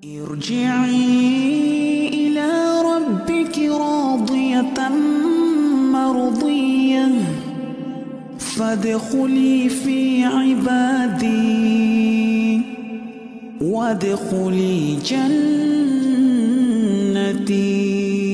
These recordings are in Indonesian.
ارجعي إلى ربك راضية مرضية فادخلي في عبادي وادخلي جنتي.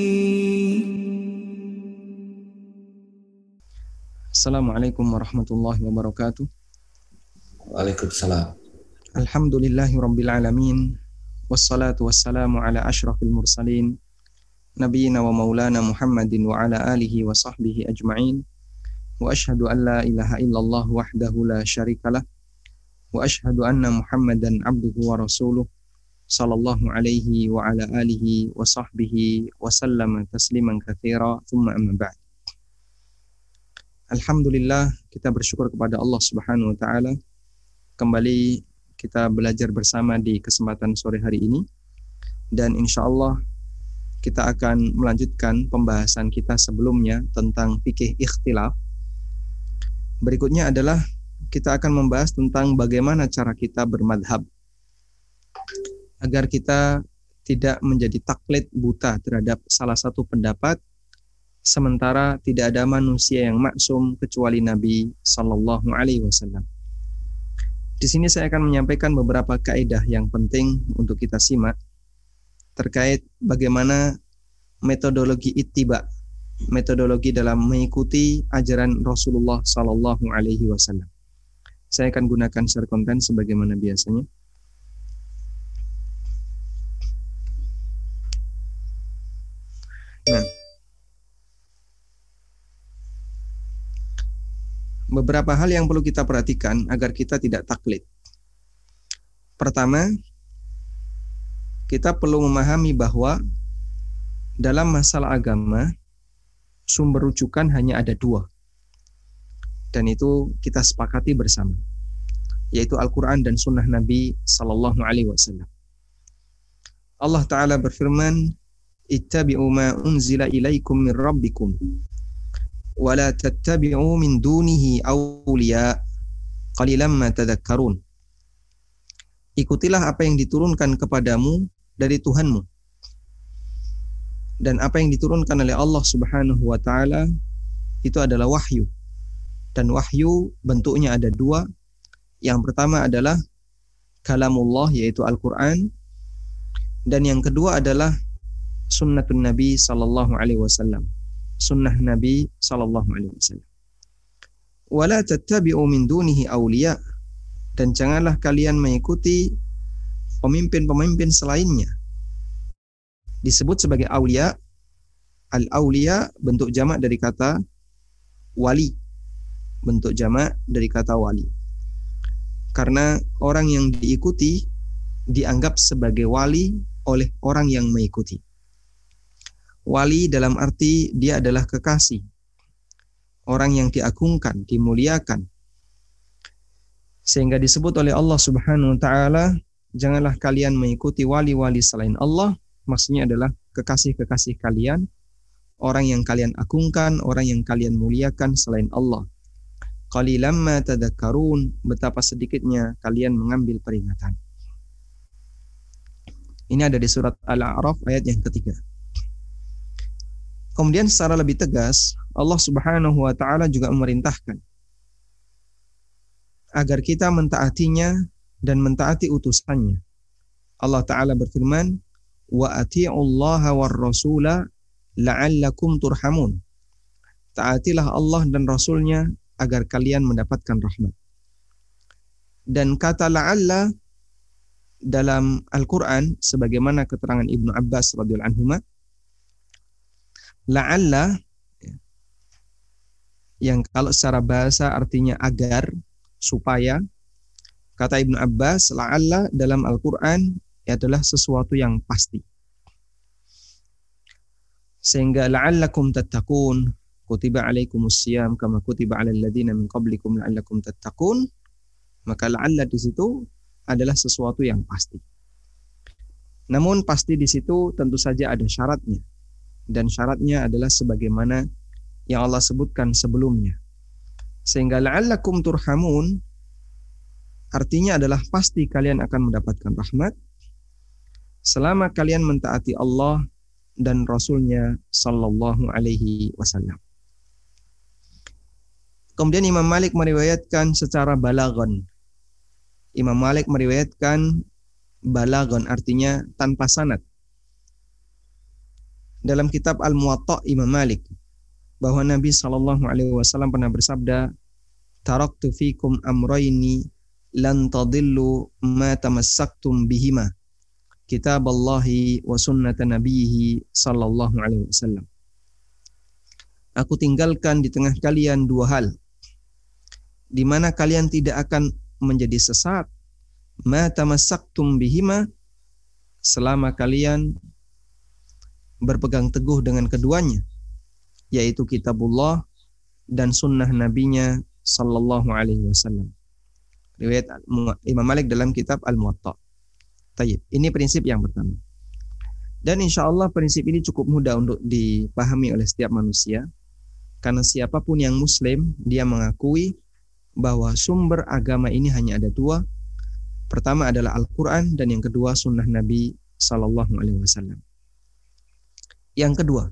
Assalamualaikum warahmatullahi wabarakatuh. Waalaikumsalam. Alhamdulillahi rabbil alamin. Wassalatu wassalamu ala asyrafil mursalin nabiyina wa maulana Muhammadin wa ala alihi wa sahbihi ajma'in. Wa ashhadu an la ilaha illallah wahdahu la syarikalah wa ashhadu anna Muhammadan abduhu wa rasuluh sallallahu alaihi wa ala alihi wa sahbihi wa sallama tasliman katsira. Tsumma amma ba'd. Alhamdulillah, kita bersyukur kepada Allah Subhanahu wa taala. Kembali kita belajar bersama di kesempatan sore hari ini, dan insya Allah kita akan melanjutkan pembahasan kita sebelumnya tentang fikih ikhtilaf. Berikutnya adalah kita akan membahas tentang bagaimana cara kita bermadhab agar kita tidak menjadi taklid buta terhadap salah satu pendapat, sementara tidak ada manusia yang maksum kecuali Nabi Sallallahu Alaihi Wasallam. Di sini saya akan menyampaikan beberapa kaidah yang penting untuk kita simak terkait bagaimana metodologi ittiba, metodologi dalam mengikuti ajaran Rasulullah Sallallahu Alaihi Wasallam. Saya akan gunakan share konten sebagaimana biasanya. Nah, beberapa hal yang perlu kita perhatikan agar kita tidak taklid. Pertama, kita perlu memahami bahwa dalam masalah agama, sumber rujukan hanya ada dua. Dan itu kita sepakati bersama, yaitu Al-Quran dan Sunnah Nabi Sallallahu Alaihi Wasallam. Allah Ta'ala berfirman, ittabi'u ma unzila ilaikum min rabbikum wala tattabi'u min dunihi awliya qalilan ma tadhakkarun. Ikutilah apa yang diturunkan kepadamu dari Tuhanmu, dan apa yang diturunkan oleh Allah Subhanahu wa taala itu adalah wahyu. Dan wahyu bentuknya ada dua. Yang pertama adalah kalamullah, yaitu Al-Quran, dan yang kedua adalah sunnatun Nabi sallallahu alaihi wasallam, sunnah Nabi sallallahu alaihi wasallam. Wala tattabi'u min dunihi awliya, dan janganlah kalian mengikuti pemimpin-pemimpin selainnya. Disebut sebagai awliya. Al-awliya bentuk jamak dari kata wali, bentuk jamak dari kata wali. Karena orang yang diikuti dianggap sebagai wali oleh orang yang mengikuti. Wali dalam arti dia adalah kekasih, orang yang diagungkan, dimuliakan. Sehingga disebut oleh Allah Subhanahu wa taala, janganlah kalian mengikuti wali-wali selain Allah. Maksudnya adalah kekasih-kekasih kalian, orang yang kalian agungkan, orang yang kalian muliakan selain Allah. Qalilan ma tadhakkarun, betapa sedikitnya kalian mengambil peringatan. Ini ada di surat Al-A'raf ayat yang ketiga. Kemudian secara lebih tegas, Allah Subhanahu wa taala juga memerintahkan agar kita mentaatinya dan mentaati utusannya. Allah Ta'ala berfirman, wa ati'ullaha war rasula la'allakum turhamun. Taatilah Allah dan Rasulnya agar kalian mendapatkan rahmat. Dan kata la'alla dalam Al-Quran, sebagaimana keterangan Ibnu Abbas radhiyallahu anhuma, la'alla yang kalau secara bahasa artinya agar, supaya. Kata Ibnu Abbas, la'alla dalam Al-Quran adalah sesuatu yang pasti. Sehingga la'allakum tattaqun, kutiba alaikumusiyam kama kutiba alal ladzina min qablikum la'allakum tattaqun. Maka la'alla di situ adalah sesuatu yang pasti. Namun pasti di situ tentu saja ada syaratnya. Dan syaratnya adalah sebagaimana yang Allah sebutkan sebelumnya. Sehingga la'allakum turhamun artinya adalah pasti kalian akan mendapatkan rahmat, selama kalian mentaati Allah dan Rasul-Nya sallallahu alaihi wasallam. Kemudian Imam Malik meriwayatkan secara balaghon. Imam Malik meriwayatkan balaghon artinya tanpa sanad. Dalam kitab Al-Muwatta Imam Malik bahwa Nabi sallallahu alaihi wasallam pernah bersabda, "Taraktu fikum amrayni lan tadillu ma tamassaktum bihima. Kitaballahi wa sunnata nabiyhi sallallahu alaihi wasallam." Aku tinggalkan di tengah kalian dua hal di mana kalian tidak akan menjadi sesat, ma tamassaktum bihima, selama kalian berpegang teguh dengan keduanya, yaitu kitabullah dan sunnah nabinya sallallahu alaihi wasallam. Riwayat Imam Malik dalam kitab Al-Muwatta. Tayyib. Ini prinsip yang pertama. Dan insya Allah prinsip ini cukup mudah untuk dipahami oleh setiap manusia. Karena siapapun yang muslim, dia mengakui bahwa sumber agama ini hanya ada dua. Pertama adalah Al-Quran dan yang kedua sunnah Nabi sallallahu alaihi wasallam. Yang kedua,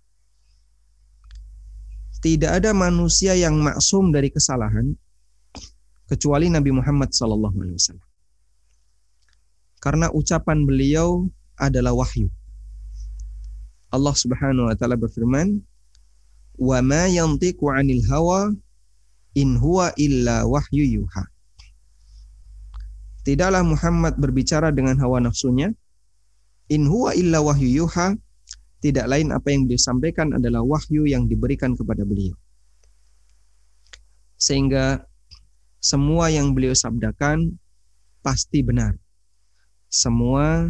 tidak ada manusia yang maksum dari kesalahan kecuali Nabi Muhammad SAW. Karena ucapan beliau adalah wahyu. Allah Subhanahu wa taala berfirman, "Wa ma yantiqu 'anil hawa in huwa illa wahyu yuha." Tidaklah Muhammad berbicara dengan hawa nafsunya. In huwa illa wahyu yuha. Tidak lain apa yang beliau sampaikan adalah wahyu yang diberikan kepada beliau. Sehingga semua yang beliau sabdakan pasti benar. Semua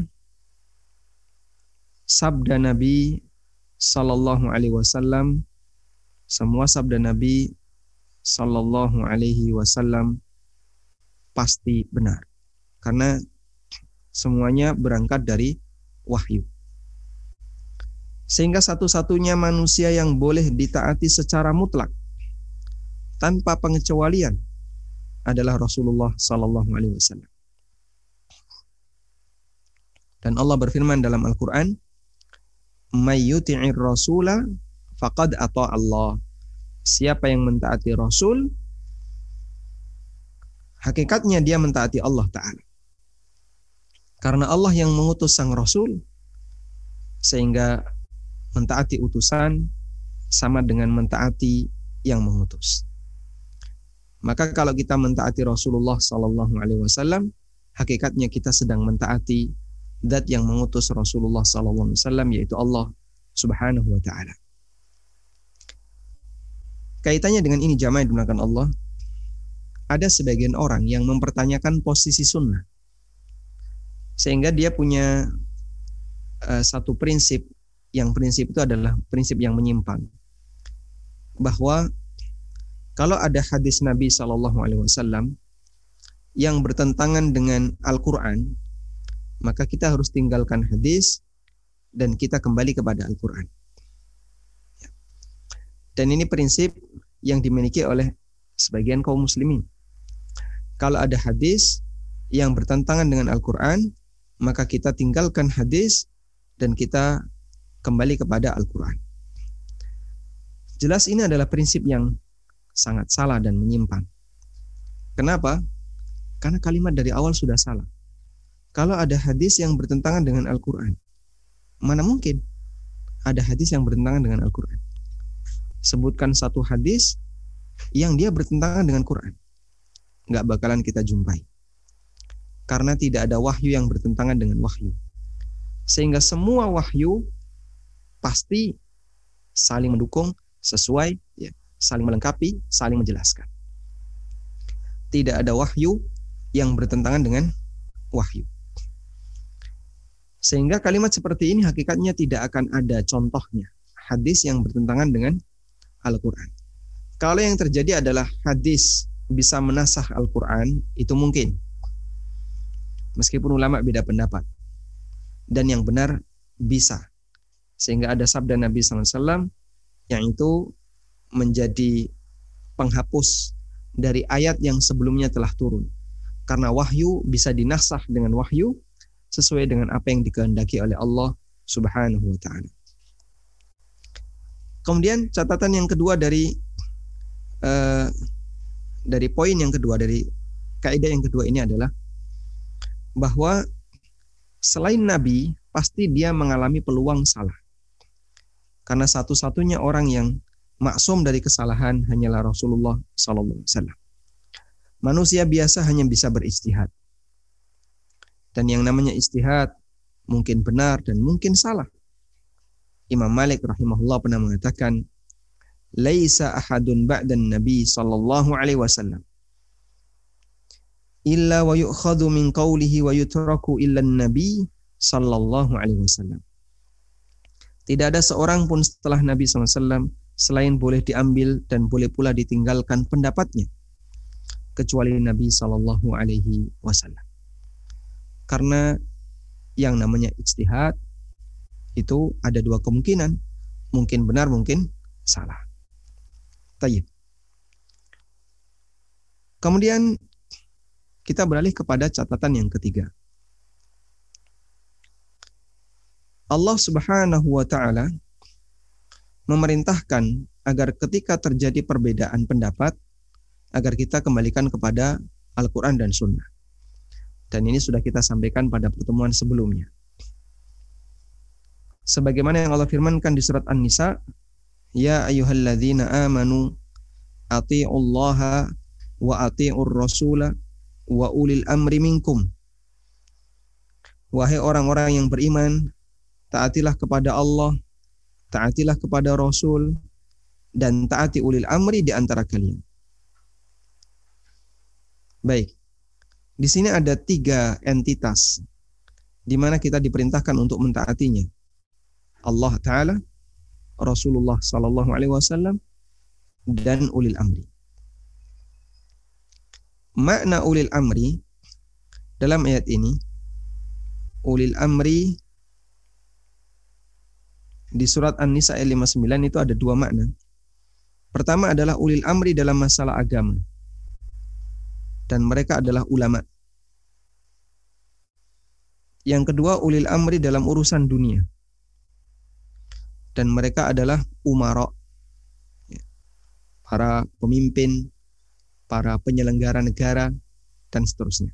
sabda Nabi sallallahu alaihi wasallam, semua sabda Nabi sallallahu alaihi wasallam pasti benar. Karena semuanya berangkat dari wahyu. Sehingga satu-satunya manusia yang boleh ditaati secara mutlak tanpa pengecualian adalah Rasulullah sallallahu alaihi wasallam. Dan Allah berfirman dalam Al-Qur'an, "May yuti'ir rasula faqad ata Allah." Siapa yang mentaati Rasul, hakikatnya dia mentaati Allah Ta'ala. Karena Allah yang mengutus sang Rasul, sehingga mentaati utusan sama dengan mentaati yang mengutus. Maka kalau kita mentaati Rasulullah sallallahu alaihi wasallam, hakikatnya kita sedang mentaati zat yang mengutus Rasulullah sallallahu alaihi wasallam, yaitu Allah Subhanahu wa taala. Kaitannya dengan ini jamaah yang dimuliakan Allah, ada sebagian orang yang mempertanyakan posisi sunnah. Sehingga dia punya satu prinsip, yang prinsip itu adalah prinsip yang menyimpang. Bahwa kalau ada hadis Nabi SAW yang bertentangan dengan Al-Quran, maka kita harus tinggalkan hadis dan kita kembali kepada Al-Quran. Dan ini prinsip yang dimiliki oleh sebagian kaum muslimin. Kalau ada hadis yang bertentangan dengan Al-Quran, maka kita tinggalkan hadis dan kita kembali kepada Al-Quran. Jelas ini adalah prinsip yang sangat salah dan menyimpang. Kenapa? Karena kalimat dari awal sudah salah. Kalau ada hadis yang bertentangan dengan Al-Quran, mana mungkin ada hadis yang bertentangan dengan Al-Quran? Sebutkan satu hadis yang dia bertentangan dengan Quran. Nggak bakalan kita jumpai. Karena tidak ada wahyu yang bertentangan dengan wahyu. Sehingga semua wahyu pasti saling mendukung, sesuai, ya, saling melengkapi, saling menjelaskan. Tidak ada wahyu yang bertentangan dengan wahyu. Sehingga kalimat seperti ini hakikatnya tidak akan ada contohnya hadis yang bertentangan dengan Al-Quran. Kalau yang terjadi adalah hadis bisa menasakh Al-Quran, itu mungkin. Meskipun ulama beda pendapat. Dan yang benar bisa. Sehingga ada sabda Nabi SAW yang itu menjadi penghapus dari ayat yang sebelumnya telah turun. Karena wahyu bisa dinasakh dengan wahyu, sesuai dengan apa yang dikehendaki oleh Allah Subhanahu wa taala. Kemudian catatan yang kedua dari poin yang kedua, dari kaidah yang kedua ini adalah bahwa selain Nabi pasti dia mengalami peluang salah. Karena satu-satunya orang yang maksum dari kesalahan hanyalah Rasulullah sallallahu alaihi wasallam. Manusia biasa hanya bisa berijtihad. Dan yang namanya ijtihad mungkin benar dan mungkin salah. Imam Malik rahimahullah pernah mengatakan, "Laisa ahadun ba'dan Nabi sallallahu alaihi wasallam illa wa yu'khadhu min qawlihi wa yutraku illa Nabi sallallahu alaihi wasallam." Tidak ada seorang pun setelah Nabi SAW selain boleh diambil dan boleh pula ditinggalkan pendapatnya, kecuali Nabi Sallallahu Alaihi Wasallam. Karena yang namanya ijtihad itu ada dua kemungkinan, mungkin benar, mungkin salah. Tayyib. Kemudian kita beralih kepada catatan yang ketiga. Allah Subhanahu wa taala memerintahkan agar ketika terjadi perbedaan pendapat agar kita kembalikan kepada Al-Qur'an dan Sunnah. Dan ini sudah kita sampaikan pada pertemuan sebelumnya. Sebagaimana yang Allah firmankan di surat An-Nisa, "Ya ayyuhalladzina amanu athi'ullaha wa athi'ur rasula wa ulil amri minkum." Wahai orang-orang yang beriman, taatilah kepada Allah, taatilah kepada Rasul, dan taati ulil amri di antara kalian. Baik, di sini ada 3 entitas di mana kita diperintahkan untuk mentaatinya. Allah Ta'ala, Rasulullah Sallallahu Alaihi Wasallam, dan ulil amri. Makna ulil amri dalam ayat ini, ulil amri di surat An-Nisa ayat 59 itu ada 2 makna. Pertama adalah ulil amri dalam masalah agama. Dan mereka adalah ulama. Yang kedua, ulil amri dalam urusan dunia. Dan mereka adalah umara. Para pemimpin, para penyelenggara negara, dan seterusnya.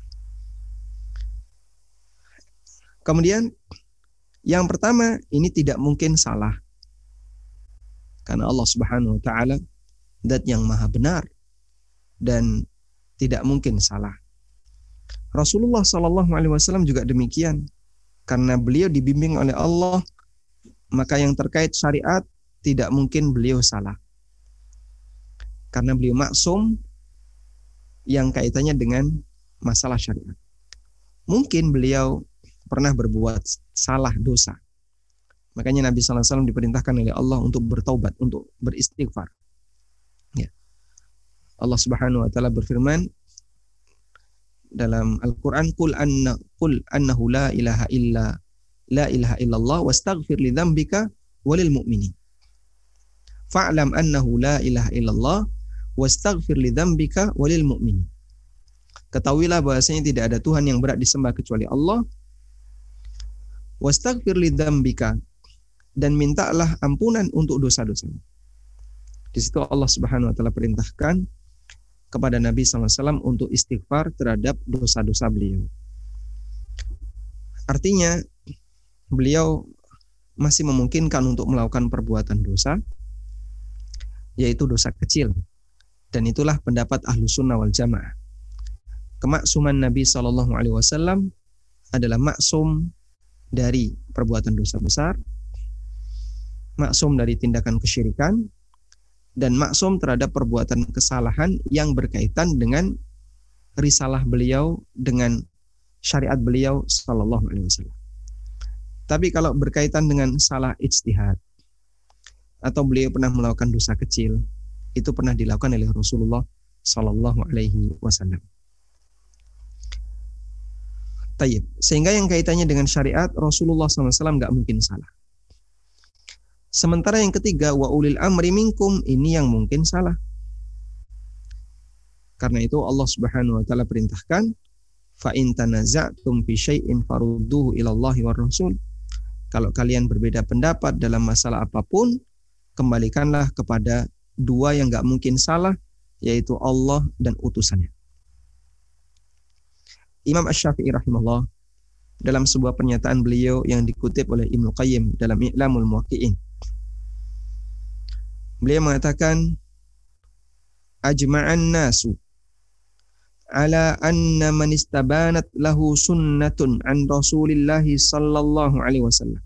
Kemudian, yang pertama, ini tidak mungkin salah. Karena Allah Subhanahu wa taala zat yang maha benar dan tidak mungkin salah. Rasulullah sallallahu alaihi wasallam juga demikian. Karena beliau dibimbing oleh Allah, maka yang terkait syariat tidak mungkin beliau salah. Karena beliau maksum yang kaitannya dengan masalah syariat. Mungkin beliau pernah berbuat salah dosa. Makanya Nabi SAW diperintahkan oleh Allah untuk bertaubat, untuk beristighfar. Ya. Allah Subhanahu wa taala berfirman dalam Al-Qur'an, qul annahu la ilaha illallah wastaghfir li dzambika walil mu'minin. Fa'lam annahu la ilaha illallah wastaghfir li dzambika walil mu'minin. Ketahuilah bahwasanya tidak ada Tuhan yang berhak disembah kecuali Allah. Wastaghfir li dzambika, dan mintalah ampunan untuk dosa-dosamu. Di situ Allah Subhanahu wa taala perintahkan kepada Nabi SAW untuk istighfar terhadap dosa-dosa beliau. Artinya beliau masih memungkinkan untuk melakukan perbuatan dosa, yaitu dosa kecil. Dan itulah pendapat Ahlus Sunnah wal Jamaah. Kemaksuman Nabi SAW adalah maksum dari perbuatan dosa besar, maksum dari tindakan kesyirikan, dan maksum terhadap perbuatan kesalahan yang berkaitan dengan risalah beliau, dengan syariat beliau sallallahu alaihi wasallam. Tapi kalau berkaitan dengan salah ijtihad atau beliau pernah melakukan dosa kecil, itu pernah dilakukan oleh Rasulullah sallallahu alaihi wasallam. Tayyib. Sehingga yang kaitannya dengan syariat Rasulullah SAW nggak mungkin salah. Sementara yang ketiga, wa ulil amri minkum, ini yang mungkin salah. Karena itu Allah Subhanahu wa taala perintahkan fa in tanaza'tum fi syai'in farudduhu ila Allahi war Rasul. Kalau kalian berbeda pendapat dalam masalah apapun, kembalikanlah kepada dua yang enggak mungkin salah, yaitu Allah dan utusannya. Imam Asy-Syafi'i rahimahullah dalam sebuah pernyataan beliau yang dikutip oleh Ibnu Qayyim dalam I'lamul Muwaqqi'in, beliau mengatakan, ajma'an nasu ala anna man istabanat lahu sunnatun an Rasulillah sallallahu alaihi wasallam.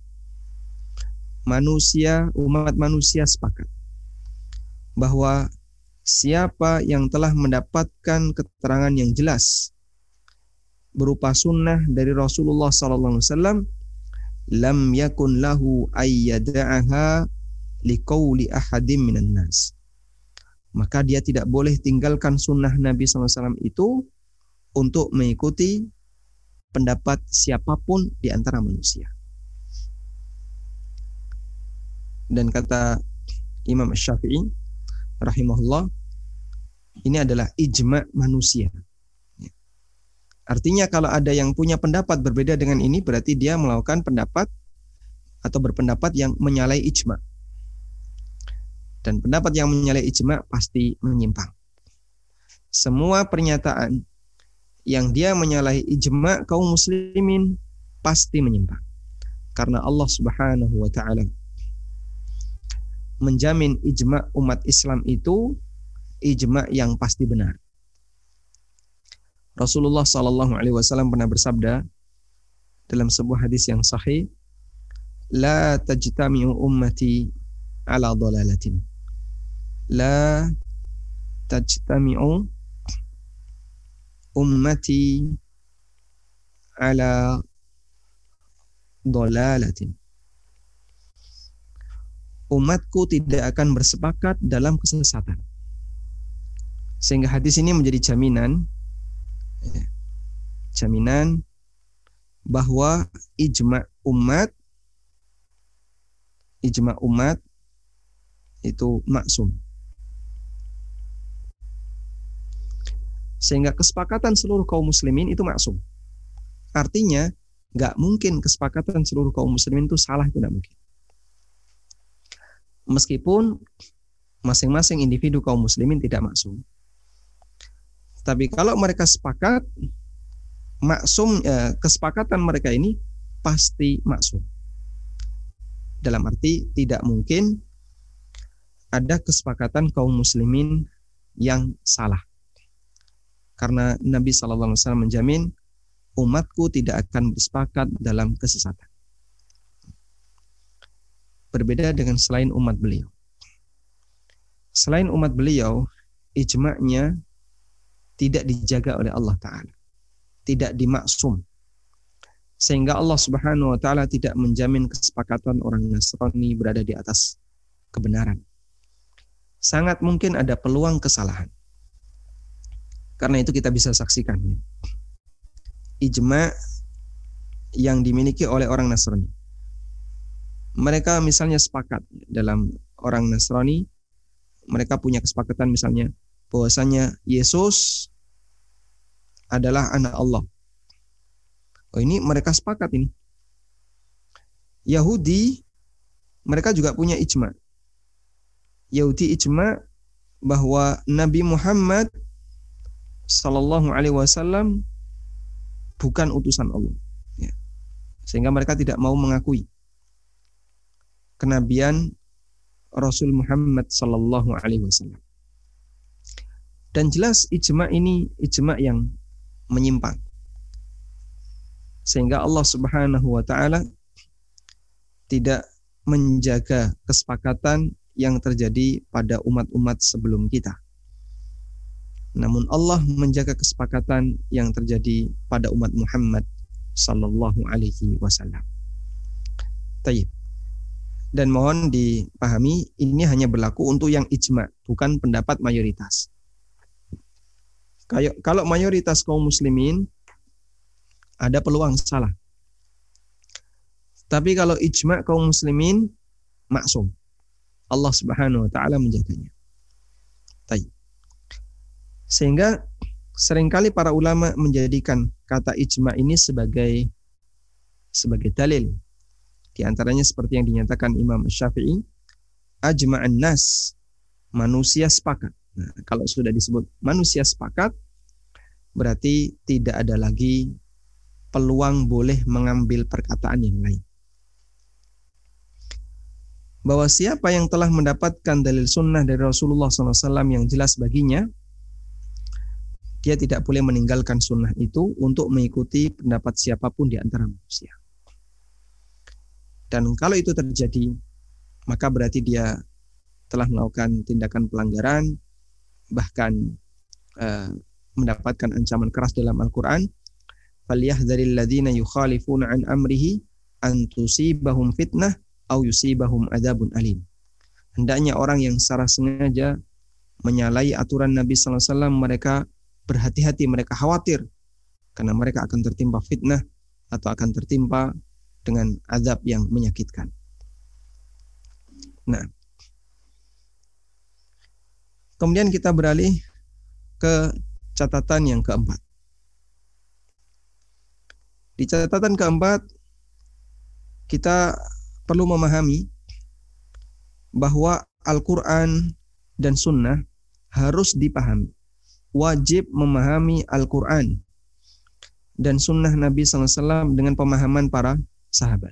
Umat manusia sepakat bahwa siapa yang telah mendapatkan keterangan yang jelas berupa sunnah dari Rasulullah sallallahu alaihi wasallam, lam yakun lahu ayyada'aha liqauli ahadim minan nas. Maka dia tidak boleh tinggalkan sunnah Nabi SAW itu untuk mengikuti pendapat siapapun di antara manusia. Dan kata Imam Asy-Syafi'i rahimahullah, ini adalah ijma' manusia. Artinya kalau ada yang punya pendapat berbeda dengan ini, berarti dia melakukan pendapat atau berpendapat yang menyalahi ijma'. Dan pendapat yang menyalahi ijma' pasti menyimpang. Semua pernyataan yang dia menyalahi ijma' kaum muslimin pasti menyimpang. Karena Allah Subhanahu wa taala menjamin ijma' umat Islam itu ijma' yang pasti benar. Rasulullah sallallahu alaihi wasallam pernah bersabda dalam sebuah hadis yang sahih, la tajtami'u ummati ala dhalalatin. La tajtami'u ummati ala dhalalatin. Umatku tidak akan bersepakat dalam kesesatan. Sehingga hadis ini menjadi jaminan bahwa ijma' umat itu maksum. Sehingga kesepakatan seluruh kaum muslimin itu maksum. Artinya nggak mungkin kesepakatan seluruh kaum muslimin itu salah, itu nggak mungkin. Meskipun masing-masing individu kaum muslimin tidak maksum, tapi kalau mereka sepakat, maksum, kesepakatan mereka ini pasti maksum. Dalam arti tidak mungkin ada kesepakatan kaum muslimin yang salah. Karena Nabi SAW menjamin umatku tidak akan bersepakat dalam kesesatan. Berbeda dengan selain umat beliau. Selain umat beliau, ijma'nya tidak dijaga oleh Allah Ta'ala. Tidak dimaksum. Sehingga Allah Subhanahu wa Ta'ala tidak menjamin kesepakatan orang Nasrani berada di atas kebenaran. Sangat mungkin ada peluang kesalahan. Karena itu kita bisa saksikan ya, ijma' yang dimiliki oleh orang Nasrani. Mereka misalnya sepakat dalam orang Nasrani, mereka punya kesepakatan misalnya bahwasanya Yesus adalah anak Allah. Oh, ini mereka sepakat ini. Yahudi mereka juga punya ijma'. Yahudi ijma' bahwa Nabi Muhammad Sallallahu Alaihi Wasallam bukan utusan Allah, ya. Sehingga mereka tidak mau mengakui kenabian Rasul Muhammad Sallallahu Alaihi Wasallam. Dan jelas ijma' ini ijma' yang menyimpang, sehingga Allah Subhanahu Wa Taala tidak menjaga kesepakatan yang terjadi pada umat-umat sebelum kita. Namun Allah menjaga kesepakatan yang terjadi pada umat Muhammad sallallahu alaihi wasallam. Tayyib. Dan mohon dipahami, ini hanya berlaku untuk yang ijma', bukan pendapat mayoritas. Kalau mayoritas kaum muslimin ada peluang salah. Tapi kalau ijma' kaum muslimin maksum. Allah Subhanahu wa taala menjaganya. Tayyib. Sehingga seringkali para ulama menjadikan kata ijma ini sebagai dalil. Di antaranya seperti yang dinyatakan Imam Syafi'i, ajma'an nas, manusia sepakat. Nah, kalau sudah disebut manusia sepakat, berarti tidak ada lagi peluang boleh mengambil perkataan yang lain. Bahwa siapa yang telah mendapatkan dalil sunnah dari Rasulullah SAW yang jelas baginya, dia tidak boleh meninggalkan sunnah itu untuk mengikuti pendapat siapapun di antara manusia. Dan kalau itu terjadi, maka berarti dia telah melakukan tindakan pelanggaran, bahkan mendapatkan ancaman keras dalam Al-Quran. فَلْيَحْذَرِ الَّذِينَ يُخَالِفُونَ عَنْ أَمْرِهِ أَنْ تُصِيبَهُمْ فِتْنَةٌ أَوْ يُصِيبَهُمْ عَذَابٌ أَلِيمٌ. Hendaknya orang yang secara sengaja menyalahi aturan Nabi SAW, mereka berhati-hati, mereka khawatir karena mereka akan tertimpa fitnah atau akan tertimpa dengan azab yang menyakitkan. Nah, kemudian kita beralih ke catatan yang keempat. Di catatan keempat, kita perlu memahami bahwa Al-Quran dan Sunnah harus dipahami. Wajib memahami Al-Quran dan Sunnah Nabi SAW dengan pemahaman para sahabat.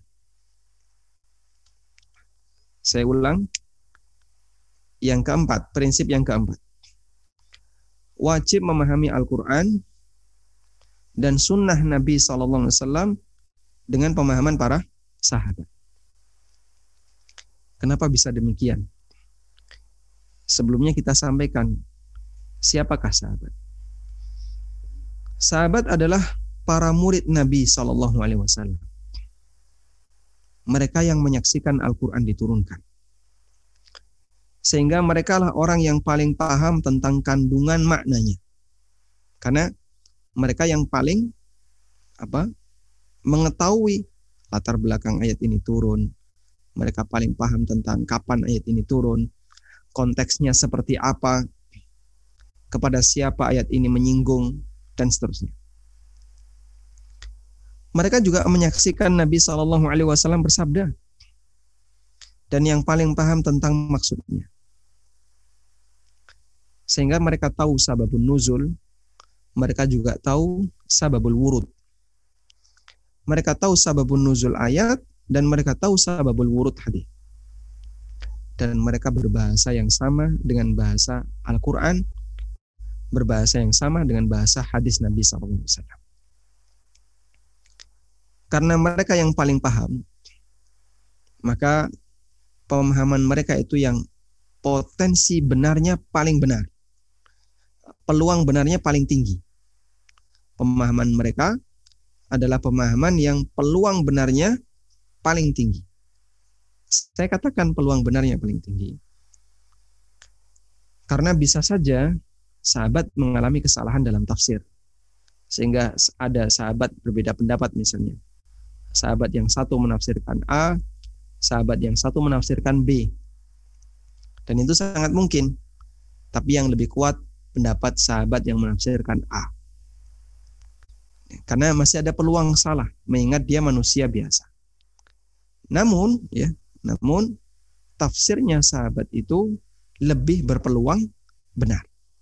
Saya ulang, yang keempat, prinsip yang keempat. Wajib memahami Al-Quran dan Sunnah Nabi SAW dengan pemahaman para sahabat. Kenapa bisa demikian? Sebelumnya kita sampaikan, siapakah sahabat? Sahabat adalah para murid Nabi SAW. Mereka yang menyaksikan Al-Quran diturunkan. Sehingga mereka lah orang yang paling paham tentang kandungan maknanya. Karena mereka yang paling mengetahui latar belakang ayat ini turun. Mereka paling paham tentang kapan ayat ini turun, konteksnya seperti apa, kepada siapa ayat ini menyinggung, dan seterusnya. Mereka juga menyaksikan Nabi SAW bersabda, dan yang paling paham tentang maksudnya. Sehingga mereka tahu sababun nuzul, mereka juga tahu sababul wurud. Mereka tahu sababun nuzul ayat, dan mereka tahu sababul wurud hadis. Dan mereka berbahasa yang sama dengan bahasa Al-Quran, berbahasa yang sama dengan bahasa hadis Nabi SAW. Karena mereka yang paling paham, maka pemahaman mereka itu yang potensi benarnya paling benar. Peluang benarnya paling tinggi. Pemahaman mereka adalah pemahaman yang peluang benarnya paling tinggi. Saya katakan peluang benarnya paling tinggi. Karena bisa saja sahabat mengalami kesalahan dalam tafsir. Sehingga ada sahabat berbeda pendapat misalnya. Sahabat yang satu menafsirkan A, sahabat yang satu menafsirkan B. Dan itu sangat mungkin. Tapi yang lebih kuat pendapat sahabat yang menafsirkan A. Karena masih ada peluang salah, mengingat dia manusia biasa. Namun tafsirnya sahabat itu lebih berpeluang benar.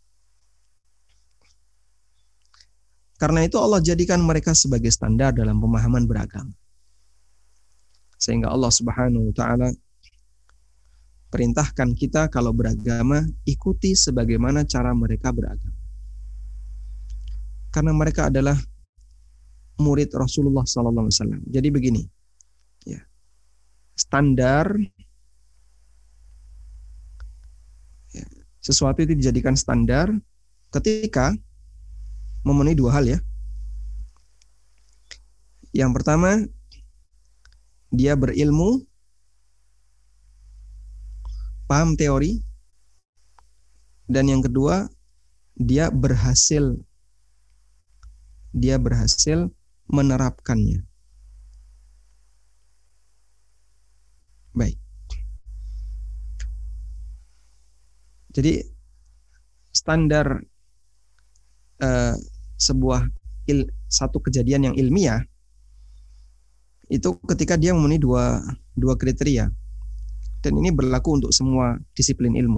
Karena itu Allah jadikan mereka sebagai standar dalam pemahaman beragama. Sehingga Allah Subhanahu wa taala perintahkan kita kalau beragama ikuti sebagaimana cara mereka beragama. Karena mereka adalah murid Rasulullah SAW. Jadi begini, ya, standar, ya, sesuatu itu dijadikan standar ketika memenuhi dua hal ya. Yang pertama, dia berilmu, paham teori, dan yang kedua, dia berhasil menerapkannya. Baik. Jadi standar satu kejadian yang ilmiah itu ketika dia memenuhi dua kriteria, dan ini berlaku untuk semua disiplin ilmu.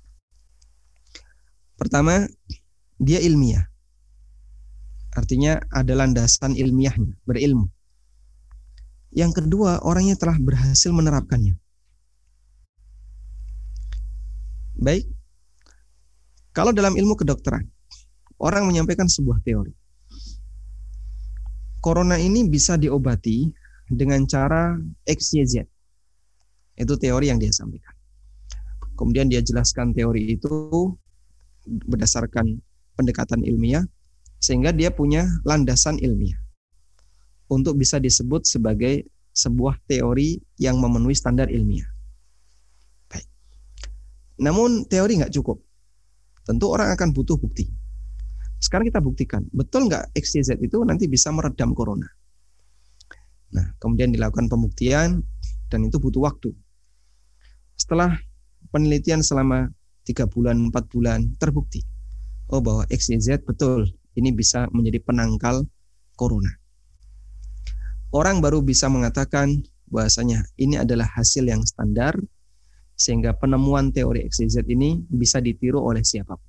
Pertama, dia ilmiah, artinya ada landasan ilmiahnya, berilmu. Yang kedua, orangnya telah berhasil menerapkannya. Baik, kalau dalam ilmu kedokteran, orang menyampaikan sebuah teori. Corona ini bisa diobati dengan cara XYZ. Itu teori yang dia sampaikan. Kemudian dia jelaskan teori itu berdasarkan pendekatan ilmiah, sehingga dia punya landasan ilmiah untuk bisa disebut sebagai sebuah teori yang memenuhi standar ilmiah. Baik. Namun teori nggak cukup. Tentu orang akan butuh bukti. Sekarang kita buktikan, betul nggak XYZ itu nanti bisa meredam corona? Nah, kemudian dilakukan pembuktian, dan itu butuh waktu. Setelah penelitian selama 3 bulan, 4 bulan, terbukti, oh bahwa XYZ betul, ini bisa menjadi penangkal corona. Orang baru bisa mengatakan bahwasanya ini adalah hasil yang standar, sehingga penemuan teori XYZ ini bisa ditiru oleh siapapun.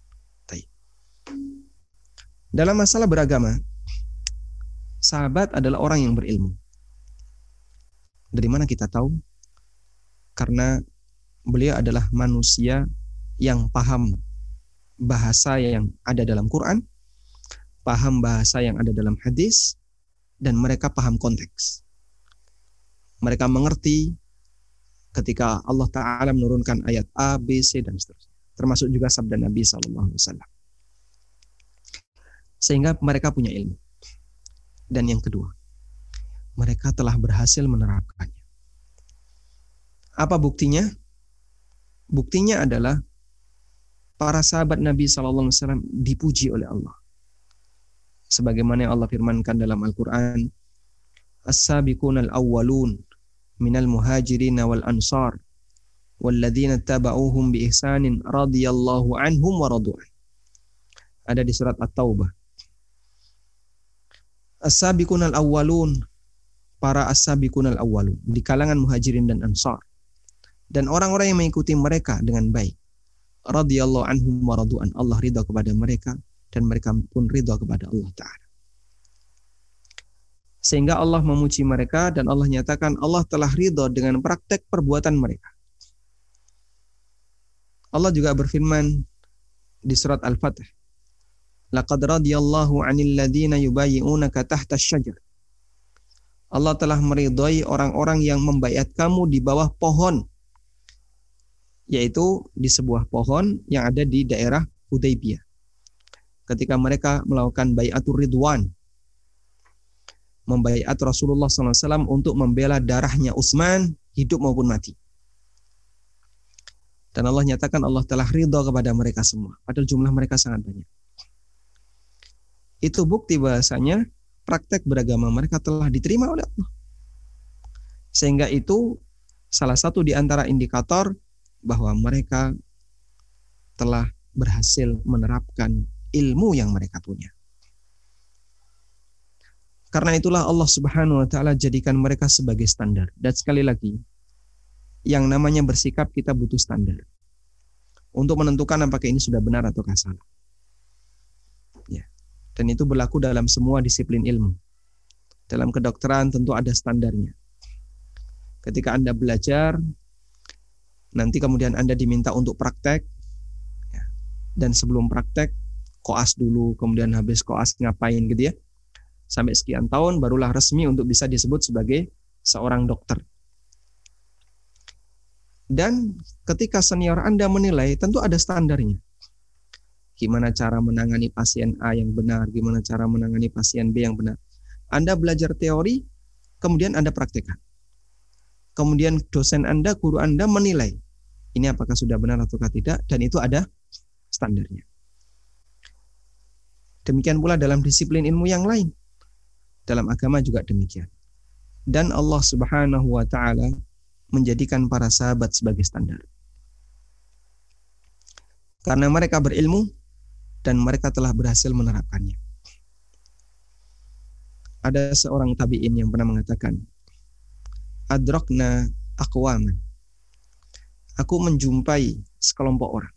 Dalam masalah beragama, sahabat adalah orang yang berilmu. Dari mana kita tahu? Karena beliau adalah manusia yang paham bahasa yang ada dalam Quran, paham bahasa yang ada dalam hadis, dan mereka paham konteks. Mereka mengerti ketika Allah Ta'ala menurunkan ayat A, B, C, dan seterusnya. Termasuk juga sabda Nabi SAW. Sehingga mereka punya ilmu. Dan yang kedua, mereka telah berhasil menerapkannya. Apa buktinya? Buktinya adalah para sahabat Nabi SAW dipuji oleh Allah. Sebagaimana Allah firmankan dalam Al-Quran, As-sabiqunal awwalun minal muhajirin wal ansar walladzina taba'uhum bi ihsanin radhiyallahu anhum wa radu'an. Ada di surat At-Taubah. As-sabiqunal awwalun, para as-sabiqunal awwalun di kalangan muhajirin dan ansar, dan orang-orang yang mengikuti mereka dengan baik. Radhiyallahu anhum wa radu'an. Allah ridha kepada mereka dan mereka pun ridha kepada Allah Ta'ala. Sehingga Allah memuji mereka dan Allah nyatakan Allah telah ridha dengan praktek perbuatan mereka. Allah juga berfirman di surat Al-Fatih, Laqad radiyallahu 'anil ladzina yubayyi'unaka tahta asy-syajar. Allah telah meridhai orang-orang yang membaiat kamu di bawah pohon, yaitu di sebuah pohon yang ada di daerah Hudaybiyah. Ketika mereka melakukan bai'atur ridwan, membaiat Rasulullah SAW untuk membela darahnya Utsman, hidup maupun mati. Dan Allah nyatakan Allah telah ridha kepada mereka semua, padahal jumlah mereka sangat banyak. Itu bukti bahasanya praktek beragama mereka telah diterima oleh Allah. Sehingga itu salah satu di antara indikator bahwa mereka telah berhasil menerapkan ilmu yang mereka punya. Karena itulah Allah Subhanahu wa Ta'ala jadikan mereka sebagai standar. Dan sekali lagi, yang namanya bersikap kita butuh standar untuk menentukan apakah ini sudah benar atau salah. Ya. Dan itu berlaku dalam semua disiplin ilmu. Dalam kedokteran tentu ada standarnya. Ketika Anda belajar, nanti kemudian Anda diminta untuk praktek, ya. Dan sebelum praktek, koas dulu, kemudian habis koas ngapain gitu ya. Sampai sekian tahun barulah resmi untuk bisa disebut sebagai seorang dokter. Dan ketika senior Anda menilai, tentu ada standarnya. Gimana cara menangani pasien A yang benar, gimana cara menangani pasien B yang benar. Anda belajar teori, kemudian Anda praktekkan. Kemudian dosen Anda, guru Anda menilai, ini apakah sudah benar ataukah tidak, dan itu ada standarnya. Demikian pula dalam disiplin ilmu yang lain. Dalam agama juga demikian. Dan Allah Subhanahu wa Ta'ala menjadikan para sahabat sebagai standar. Karena mereka berilmu, dan mereka telah berhasil menerapkannya. Ada seorang tabi'in yang pernah mengatakan, adrakna aqwaman. Aku menjumpai sekelompok orang.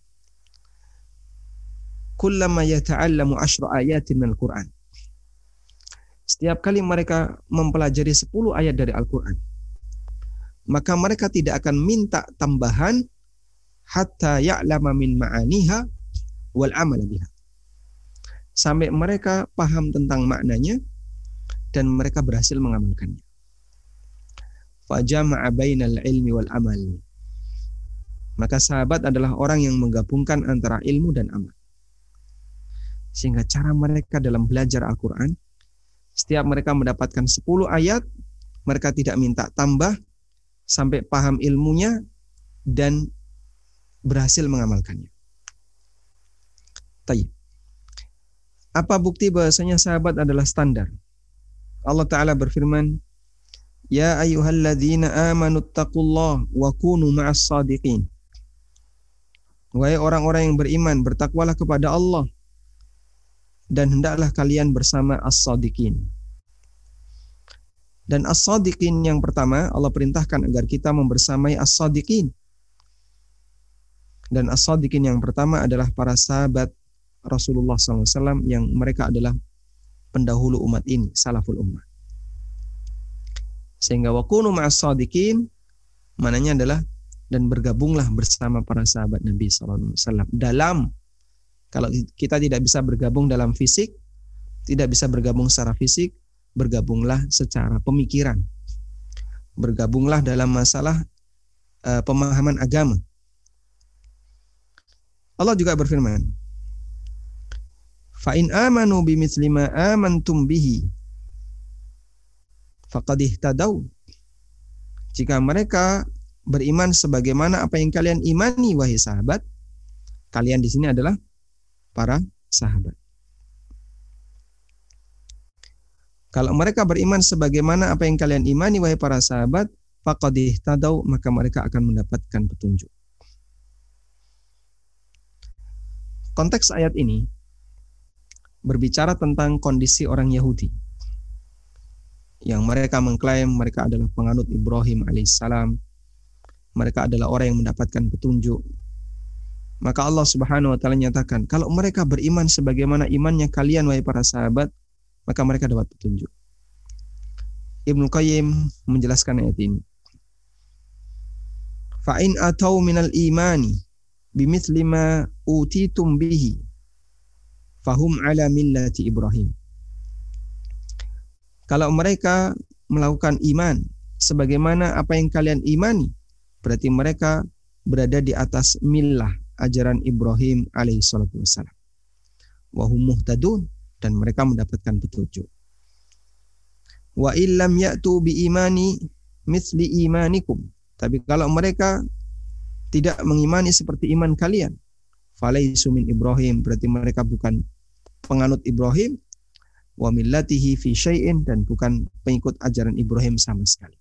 Kullama yata'allamu 10 ayatin minal Qur'an. Setiap kali mereka mempelajari 10 ayat dari Al-Quran, maka mereka tidak akan minta tambahan hatta ya'lama min ma'aniha wal amal biha. Sampai mereka paham tentang maknanya dan mereka berhasil mengamalkannya. Fajama'a bainal ilmi wal amal. Maka sahabat adalah orang yang menggabungkan antara ilmu dan amal. Sehingga cara mereka dalam belajar Al-Quran, setiap mereka mendapatkan 10 ayat, mereka tidak minta tambah sampai paham ilmunya dan berhasil mengamalkannya. Tayyib. Apa bukti bahasanya sahabat adalah standar? Allah Ta'ala berfirman, Ya ayyuhalladzina amanu attaqullah wa kunu ma'as sadiqin. Wahai orang-orang yang beriman, bertakwalah kepada Allah dan hendaklah kalian bersama as-sadiqin. Dan as-sadiqin yang pertama, Allah perintahkan agar kita membersamai as-sadiqin. Dan as-sadiqin yang pertama adalah para sahabat Rasulullah SAW yang mereka adalah pendahulu umat ini, salaful ummah. Sehingga wakunu ma'as sadiqin mananya adalah dan bergabunglah bersama para sahabat Nabi SAW dalam, kalau kita tidak bisa bergabung dalam fisik, tidak bisa bergabung secara fisik, bergabunglah secara pemikiran, bergabunglah dalam masalah pemahaman agama. Allah juga berfirman, fa in amanu bimithli ma amantum bihi faqad ihtadaw. Jika mereka beriman sebagaimana apa yang kalian imani, wahai sahabat, kalian di sini adalah para sahabat. Kalau mereka beriman sebagaimana apa yang kalian imani, wahai para sahabat, faqad ihtadaw, maka mereka akan mendapatkan petunjuk. Konteks ayat ini berbicara tentang kondisi orang Yahudi yang mereka mengklaim mereka adalah penganut Ibrahim alaihissalam, mereka adalah orang yang mendapatkan petunjuk. Maka Allah Subhanahu wa taala nyatakan, kalau mereka beriman sebagaimana imannya kalian wahai para sahabat, maka mereka dapat petunjuk. Ibnu Qayyim menjelaskan ayat ini. Fa in atau minal imani bimithli ma utitum bihi fahum ala millati Ibrahim. Kalau mereka melakukan iman sebagaimana apa yang kalian imani, berarti mereka berada di atas millah, ajaran Ibrahim alaihi salatu wassalam. Wa hum muhtadun, dan mereka mendapatkan petunjuk. Wa illam ya'tu bi imani mithli imanikum. Tapi kalau mereka tidak mengimani seperti iman kalian, falaisu min Ibrahim, berarti mereka bukan penganut Ibrahim, wa millatihi fi syai'in, dan bukan pengikut ajaran Ibrahim sama sekali.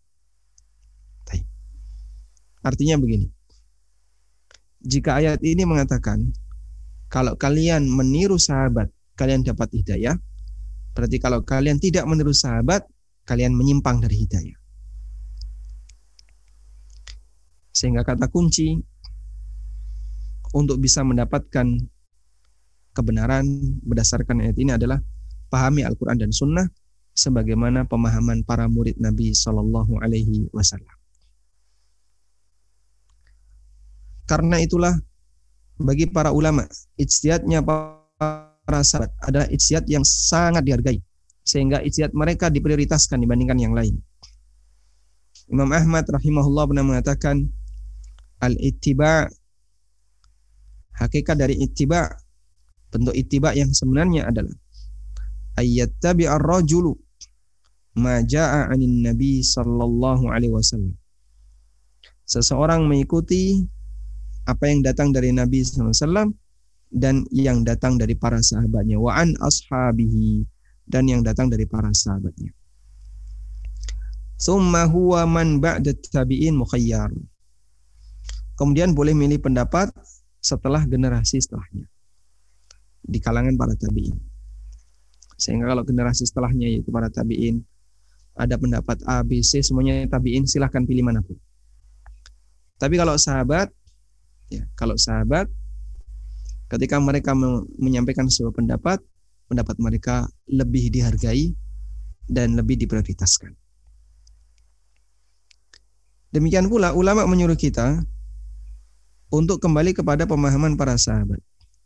Artinya begini, jika ayat ini mengatakan kalau kalian meniru sahabat kalian dapat hidayah, berarti kalau kalian tidak meniru sahabat kalian menyimpang dari hidayah. Sehingga kata kunci untuk bisa mendapatkan kebenaran berdasarkan ayat ini adalah pahami Al-Quran dan Sunnah sebagaimana pemahaman para murid Nabi Sallallahu Alaihi Wasallam. Karena itulah bagi para ulama, ijtihadnya para sahabat adalah ijtihad yang sangat dihargai, sehingga ijtihad mereka diprioritaskan dibandingkan yang lain. Imam Ahmad rahimahullah pernah mengatakan, al-ittiba', hakikat dari ittiba', bentuk ittiba' yang sebenarnya adalah ayyattabi'ar rajulu ma ja'a 'anin nabi sallallahu alaihi wasallam. Seseorang mengikuti apa yang datang dari Nabi SAW dan yang datang dari para sahabatnya, wa an ashabihi, dan yang datang dari para sahabatnya. Tsumma huwa man ba'da tabi'in mukhayyar. Kemudian boleh milih pendapat setelah generasi setelahnya. di kalangan para tabi'in. Sehingga kalau generasi setelahnya yaitu para tabi'in ada pendapat A, B, C semuanya tabi'in, silahkan pilih manapun. Tapi kalau sahabat ketika mereka menyampaikan sebuah pendapat mereka lebih dihargai dan lebih diprioritaskan. Demikian pula ulama menyuruh kita untuk kembali kepada pemahaman para sahabat.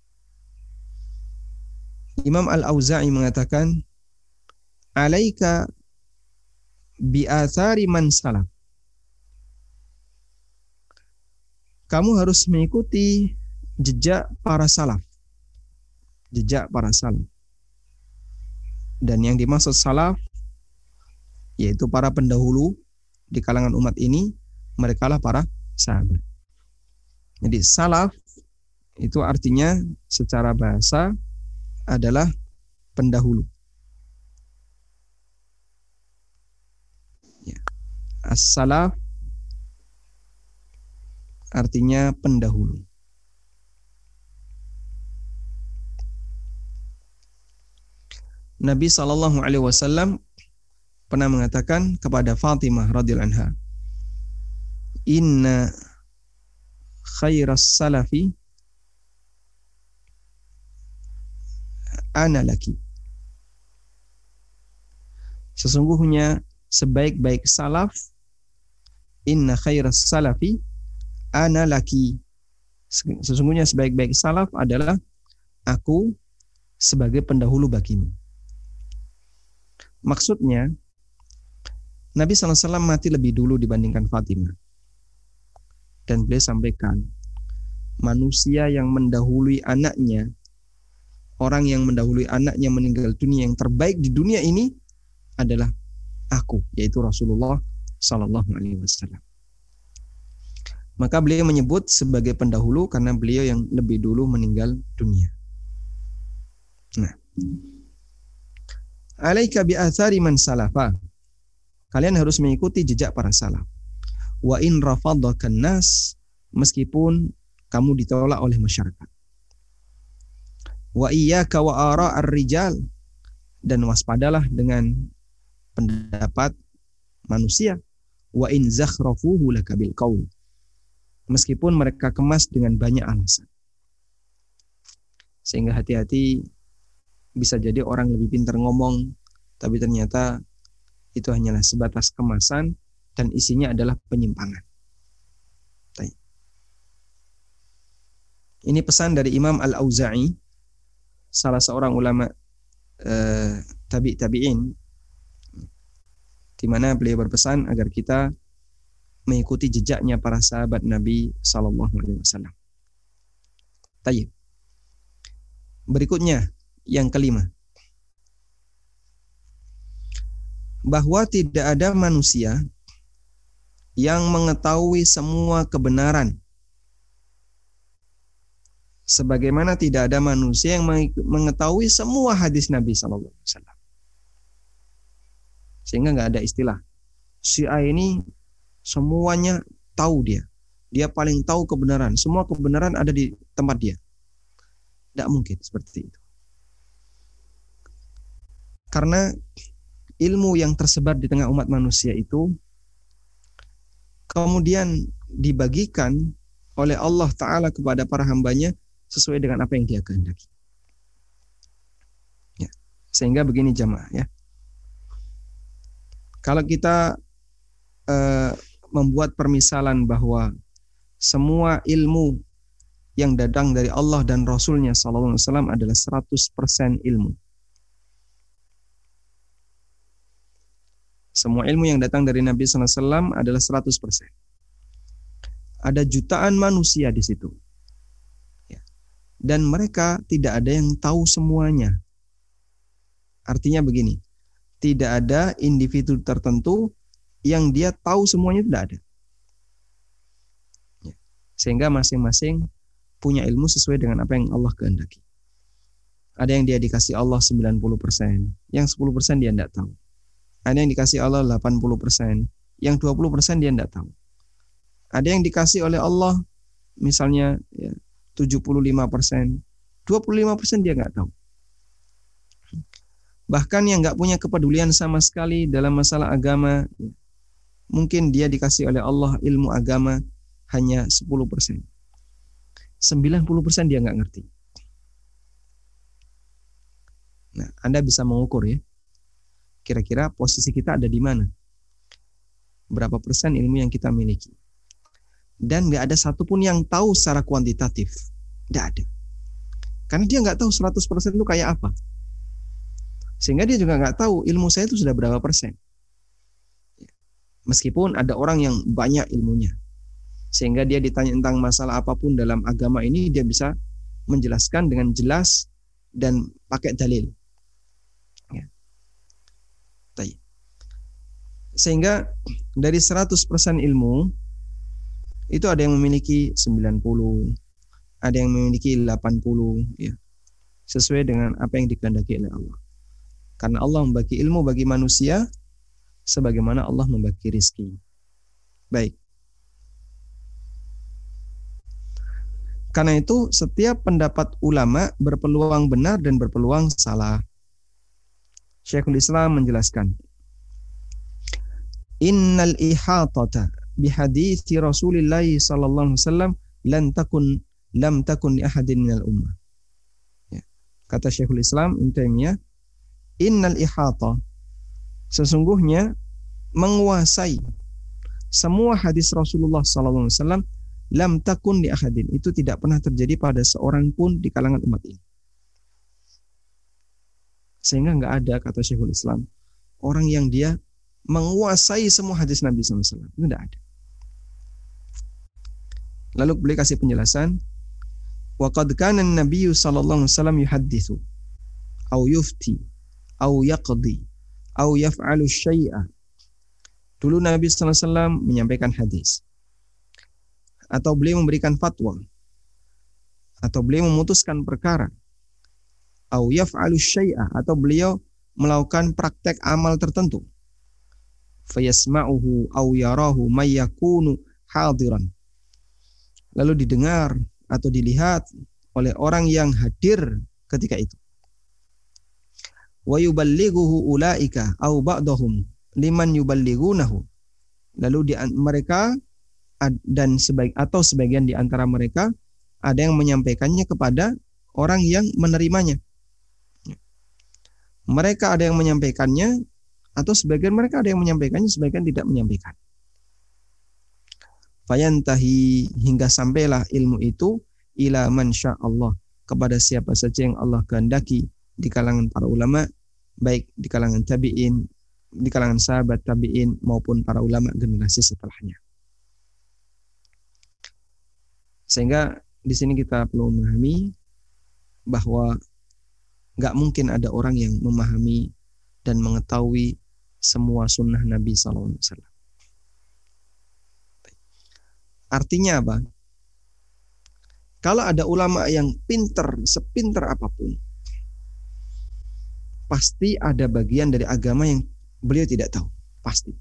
Imam Al-Auza'i mengatakan, "Alaika bi'athari man salaf." Kamu harus mengikuti jejak para salaf. Jejak para salaf. Dan yang dimaksud salaf yaitu para pendahulu di kalangan umat ini, merekalah para sahabat. Jadi salaf itu artinya secara bahasa adalah pendahulu. Ya. As-salaf artinya pendahulu. Nabi SAW pernah mengatakan kepada Fatimah radhiyallahu anha, "Inna khairas salafi ana laki." Sesungguhnya sebaik-baik salaf, inna khairas salafi ana laki. Sesungguhnya sebaik-baik salaf adalah aku sebagai pendahulu bagimu. Maksudnya Nabi SAW mati lebih dulu dibandingkan Fatimah. Dan beliau sampaikan, manusia yang mendahului anaknya, orang yang mendahului anaknya meninggal dunia yang terbaik di dunia ini adalah aku, yaitu Rasulullah SAW. Maka beliau menyebut sebagai pendahulu karena beliau yang lebih dulu meninggal dunia. Nah, alaika bi'athari man salafa. Kalian harus mengikuti jejak para salaf. Wa in rafadakan nas, meskipun kamu ditolak oleh masyarakat. Wa iyyaka wa ara'ar rijal, dan waspadalah dengan pendapat manusia. Wa in zakhrafuhu laka bil qaul, meskipun mereka kemas dengan banyak alasan. Sehingga hati-hati, bisa jadi orang lebih pintar ngomong, tapi ternyata itu hanyalah sebatas kemasan dan isinya adalah penyimpangan. Ini pesan dari Imam Al-Auza'i, salah seorang ulama tabi'in, di mana beliau berpesan agar kita mengikuti jejaknya para sahabat Nabi SAW. Tayyib. Berikutnya, yang kelima, bahwa tidak ada manusia yang mengetahui semua kebenaran, sebagaimana tidak ada manusia yang mengetahui semua hadis Nabi SAW. Sehingga nggak ada istilah si A ini semuanya tahu dia paling tahu kebenaran, semua kebenaran ada di tempat dia. Tidak mungkin seperti itu. Karena ilmu yang tersebar di tengah umat manusia itu kemudian dibagikan oleh Allah Ta'ala kepada para hambanya sesuai dengan apa yang dia kehendaki. Ya. Sehingga begini jamaah ya. Kalau kita membuat permisalan bahwa semua ilmu yang datang dari Allah dan Rasulnya SAW adalah 100% ilmu. Semua ilmu yang datang dari Nabi SAW adalah 100%. Ada jutaan manusia di situ. Dan mereka tidak ada yang tahu semuanya. Artinya begini, tidak ada individu tertentu yang dia tahu semuanya, tidak ada. Sehingga masing-masing punya ilmu sesuai dengan apa yang Allah kehendaki. Ada yang dia dikasih Allah 90%, yang 10% dia tidak tahu. Ada yang dikasih Allah 80%, yang 20% dia tidak tahu. Ada yang dikasih oleh Allah misalnya 75%, 25% dia nggak tahu. Bahkan yang nggak punya kepedulian sama sekali dalam masalah agama, mungkin dia dikasih oleh Allah ilmu agama hanya 10%. 90% dia nggak ngerti. Nah, Anda bisa mengukur ya. Kira-kira posisi kita ada di mana? Berapa persen ilmu yang kita miliki? Dan nggak ada satupun yang tahu secara kuantitatif. Nggak ada. Karena dia nggak tahu 100% itu kayak apa. Sehingga dia juga nggak tahu ilmu saya itu sudah berapa persen. Meskipun ada orang yang banyak ilmunya. Sehingga dia ditanya tentang masalah apapun dalam agama ini, dia bisa menjelaskan dengan jelas dan pakai dalil. Ya. Sehingga dari 100% ilmu, itu ada yang memiliki 90, ada yang memiliki 80, ya, sesuai dengan apa yang dikehendaki oleh Allah. Karena Allah membagi ilmu bagi manusia sebagaimana Allah membagi rizki. Baik. Karena itu setiap pendapat ulama berpeluang benar dan berpeluang salah. Syekhul Islam menjelaskan, Innal ihatata bihadithi Rasulillah sallallahu alaihi wasallam lam takun li ahadin minal ummah. Ya. Kata Syekhul Islam Ibnu Taimiyah, innal ihata, sesungguhnya menguasai semua hadis Rasulullah sallallahu alaihi wasallam lam takun li ahadin, itu tidak pernah terjadi pada seorang pun di kalangan umat ini. Sehingga enggak ada, kata Syekhul Islam, orang yang dia menguasai semua hadis Nabi sallallahu alaihi wasallam. Itu enggak ada. Lalu beliau kasih penjelasan, wa qad kana an-nabiy sallallahu alaihi wasallam yuhadditsu au yufti au yaqdi au yaf'alu syai'a. Dulu Nabi sallallahu alaihi wasallam menyampaikan hadis, atau beliau memberikan fatwa, atau beliau memutuskan perkara, au yaf'alu syai'a, atau beliau melakukan praktek amal tertentu, fayasma'uhu au yarahu may yakunu hadiran, lalu didengar atau dilihat oleh orang yang hadir ketika itu. Wa yuballighuhu ulaika au ba'dahum liman yuballighunahu, lalu mereka dan sebagian di antara mereka ada yang menyampaikannya kepada orang yang menerimanya. Mereka ada yang menyampaikannya, atau sebagian mereka ada yang menyampaikannya, sebagian tidak menyampaikan. Fayantahi, hingga sampailah ilmu itu ila man sya'allah, kepada siapa saja yang Allah kehendaki di kalangan para ulama, baik di kalangan tabi'in, di kalangan sahabat tabi'in maupun para ulama generasi setelahnya. Sehingga di sini kita perlu memahami bahwa nggak mungkin ada orang yang memahami dan mengetahui semua sunnah Nabi SAW. Artinya apa? Kalau ada ulama yang sepinter apapun, pasti ada bagian dari agama yang beliau tidak tahu, pasti.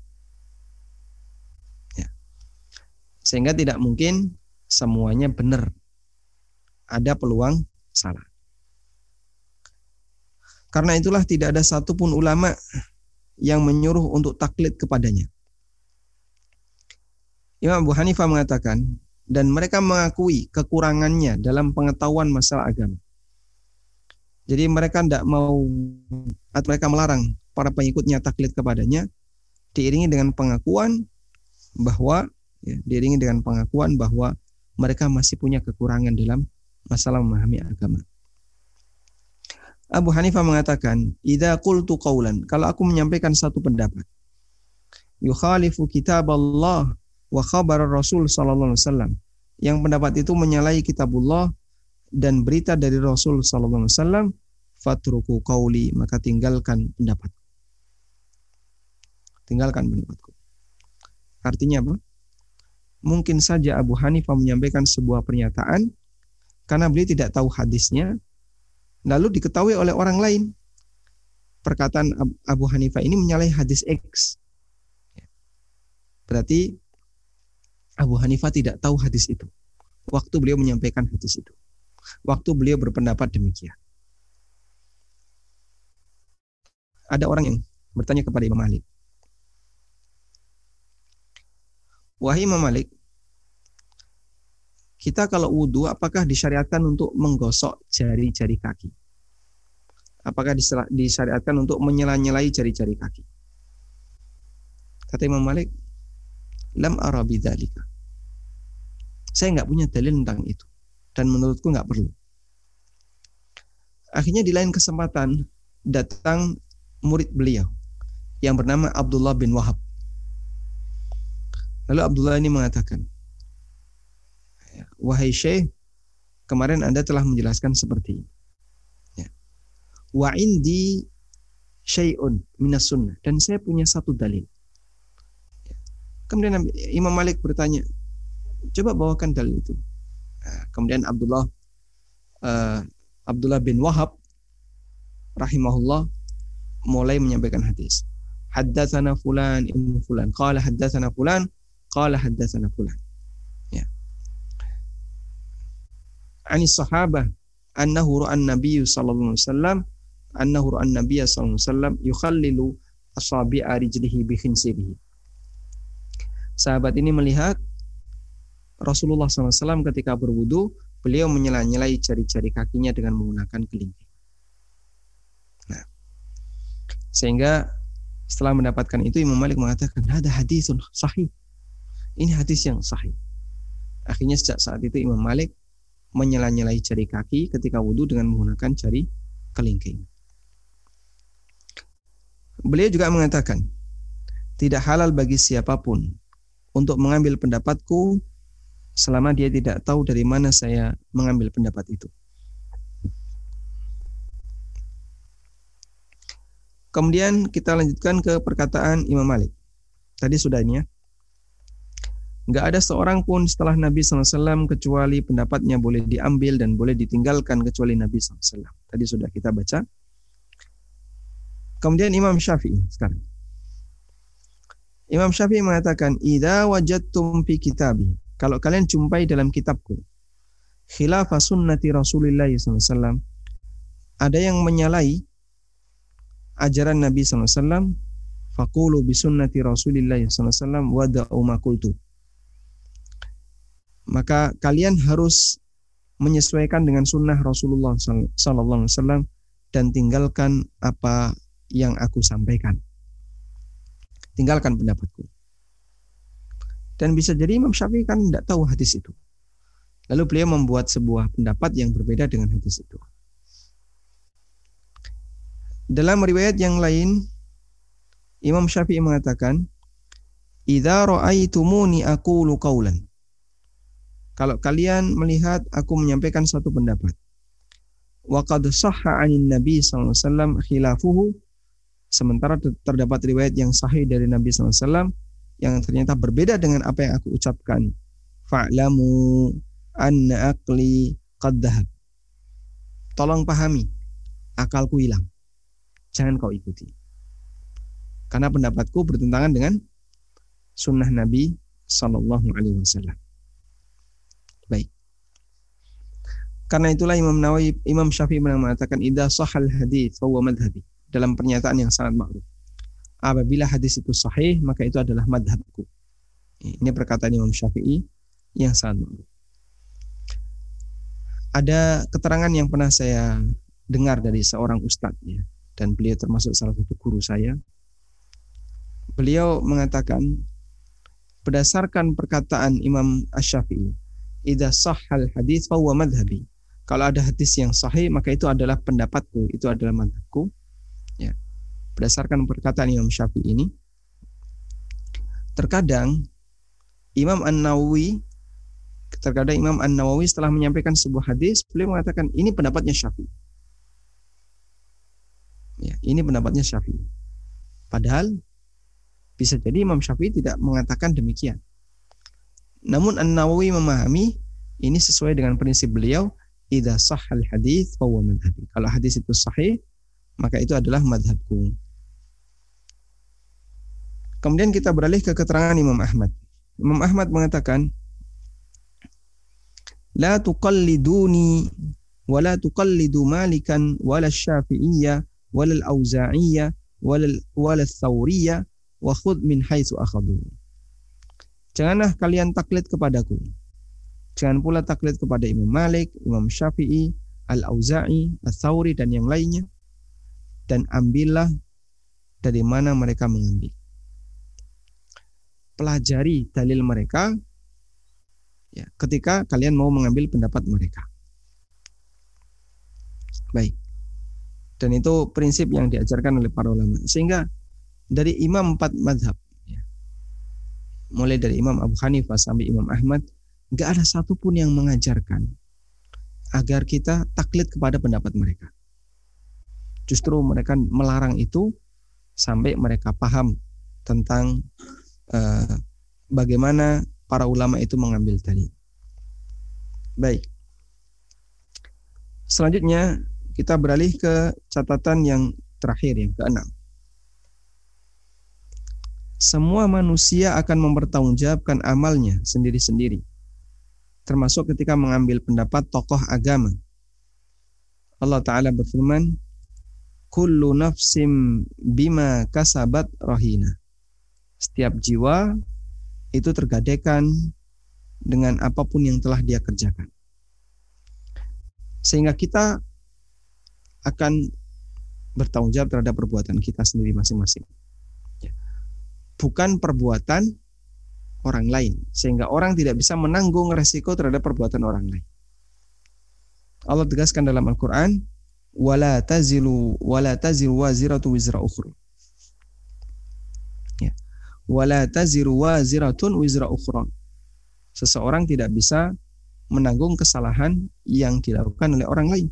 Ya. Sehingga tidak mungkin semuanya benar. Ada peluang salah. Karena itulah tidak ada satupun ulama yang menyuruh untuk taklid kepadanya. Imam Abu Hanifah mengatakan, dan mereka mengakui kekurangannya dalam pengetahuan masalah agama. Jadi mereka tidak mau, atau mereka melarang para pengikutnya taklid kepadanya, diiringi dengan pengakuan bahwa mereka masih punya kekurangan dalam masalah memahami agama. Abu Hanifah mengatakan, idza qultu qaulan, kalau aku menyampaikan satu pendapat, yukhalifu kitab Allah wa khabar Rasul sallallahu alaihi wasallam, yang pendapat itu menyalahi kitabullah dan berita dari Rasul sallallahu alaihi wasallam, fatruku qauli, maka tinggalkan pendapatku. Tinggalkan pendapatku. Artinya apa? Mungkin saja Abu Hanifah menyampaikan sebuah pernyataan karena beliau tidak tahu hadisnya, lalu diketahui oleh orang lain. Perkataan Abu Hanifah ini menyalahi hadis X. Berarti Abu Hanifah tidak tahu hadis itu waktu beliau menyampaikan hadis itu. waktu beliau berpendapat demikian. Ada orang yang bertanya kepada Imam Malik, wahai Imam Malik, kita kalau wudhu apakah disyariatkan untuk menggosok jari-jari kaki? Apakah disyariatkan untuk menyela-nyelai jari-jari kaki? Kata Imam Malik, lam ara bidzalika. Saya nggak punya dalil tentang itu, dan menurutku nggak perlu. Akhirnya di lain kesempatan datang murid beliau yang bernama Abdullah bin Wahab. Lalu Abdullah ini mengatakan, wahai Syekh, kemarin Anda telah menjelaskan seperti ini. Wa indi syai'un minas sunnah, dan saya punya satu dalil. Kemudian Imam Malik bertanya, coba bawakan dalil itu. Kemudian Abdullah bin Wahab rahimahullah mulai menyampaikan hadis. Haddatsana fulan ibnu fulan qala haddatsana fulan qala haddatsana fulan. Ya. Anis sahabah annahu ra'an nabiyyu sallallahu alaihi wasallam yukhallilu asabi'a rijlihi bi khinsirihi. Sahabat ini melihat Rasulullah SAW ketika berwudu, beliau menyela-nyelai jari-jari kakinya dengan menggunakan kelingking. Nah, sehingga setelah mendapatkan itu Imam Malik mengatakan, ada hadisun sahih. Ini hadis yang sahih. Akhirnya sejak saat itu Imam Malik menyela-nyelai jari kaki ketika wudu dengan menggunakan jari kelingking. Beliau juga mengatakan, tidak halal bagi siapapun untuk mengambil pendapatku selama dia tidak tahu dari mana saya mengambil pendapat itu. Kemudian kita lanjutkan ke perkataan Imam Malik. Tadi sudah ini ya. Enggak ada seorang pun setelah Nabi SAW kecuali pendapatnya boleh diambil dan boleh ditinggalkan kecuali Nabi SAW. Tadi sudah kita baca. Kemudian Imam Syafi'i sekarang. Imam Syafi'i mengatakan, idza wajadtum fi kitabi, kalau kalian jumpai dalam kitabku, khilafa sunnati Rasulillah SAW, ada yang menyalahi ajaran Nabi SAW, faqulu bi sunnati Rasulillah SAW wada'u ma qultu. Maka kalian harus menyesuaikan dengan sunnah Rasulullah SAW dan tinggalkan apa yang aku sampaikan. Tinggalkan pendapatku. Dan bisa jadi Imam Syafi'i kan tidak tahu hadis itu. Lalu beliau membuat sebuah pendapat yang berbeda dengan hadis itu. Dalam riwayat yang lain, Imam Syafi'i mengatakan, idza ra'aitumuni aqulu qaulan. Kalau kalian melihat aku menyampaikan satu pendapat, wa qad shahha 'anin nabi sallallahu alaihi wasallam khilafuhu, sementara terdapat riwayat yang sahih dari Nabi sallallahu alaihi wasallam yang ternyata berbeda dengan apa yang aku ucapkan, fa'lamu anna aqli qad dhahab. Tolong pahami, akalku hilang. Jangan kau ikuti. Karena pendapatku bertentangan dengan sunnah Nabi sallallahu alaihi wasallam. Baik. Karena itulah Imam Syafi'i mengatakan idza shahhal hadits fa huwa madhhabi, dalam pernyataan yang sangat ma'ruf. Apabila hadis itu sahih, maka itu adalah madhabku. Ini perkataan Imam Syafi'i yang sangat ma'ruf. Ada keterangan yang pernah saya dengar dari seorang ustadz, ya, dan beliau termasuk salah satu guru saya. Beliau mengatakan, berdasarkan perkataan Imam Asy-Syafi'i, idza shahhal hadits fa huwa madhhabi. Kalau ada hadis yang sahih, maka itu adalah pendapatku, itu adalah madhabku. Ya. Berdasarkan perkataan Imam Syafi'i ini, terkadang Imam An-Nawawi setelah menyampaikan sebuah hadis, beliau mengatakan ini pendapatnya Syafi'i. Ya, ini pendapatnya Syafi'i. Padahal bisa jadi Imam Syafi'i tidak mengatakan demikian. Namun An-Nawawi memahami ini sesuai dengan prinsip beliau, idza shahhal hadits fa huwa madhhabi. Kalau hadis itu sahih, maka itu adalah madhabku. Kemudian kita beralih ke keterangan Imam Ahmad. Imam Ahmad mengatakan, La tuqalliduni wa la tuqallidu Malikan wala Syafi'iyya wala Al-Auza'iyyah wala Tsawriyyah wa khudh min haitsu akhadhu. Janganlah kalian taklid kepadaku. Jangan pula taklid kepada Imam Malik, Imam Syafi'i, Al-Auza'i, Al-Tsawri dan yang lainnya. Dan ambillah dari mana mereka mengambil. Pelajari dalil mereka ya, ketika kalian mau mengambil pendapat mereka. Baik. Dan itu prinsip yang diajarkan oleh para ulama. Sehingga dari imam 4 mazhab, ya, mulai dari Imam Abu Hanifah sampai Imam Ahmad, nggak ada satupun yang mengajarkan agar kita taklid kepada pendapat mereka. Justru mereka melarang itu sampai mereka paham tentang bagaimana para ulama itu mengambil dalil. Baik. Selanjutnya kita beralih ke catatan yang terakhir, yang ke-6. Semua manusia akan mempertanggungjawabkan amalnya sendiri-sendiri, termasuk ketika mengambil pendapat tokoh agama. Allah Ta'ala berfirman, kullu nafsim bima kasabat rahina. Setiap jiwa itu tergadaikan dengan apapun yang telah dia kerjakan. Sehingga kita akan bertanggung jawab terhadap perbuatan kita sendiri masing-masing. Bukan perbuatan orang lain. Sehingga orang tidak bisa menanggung resiko terhadap perbuatan orang lain. Allah tegaskan dalam Al-Quran, wala taziru waziratu wizra ukhra. Ya. Wala taziru waziratun wizra ukhra. Seseorang tidak bisa menanggung kesalahan yang dilakukan oleh orang lain.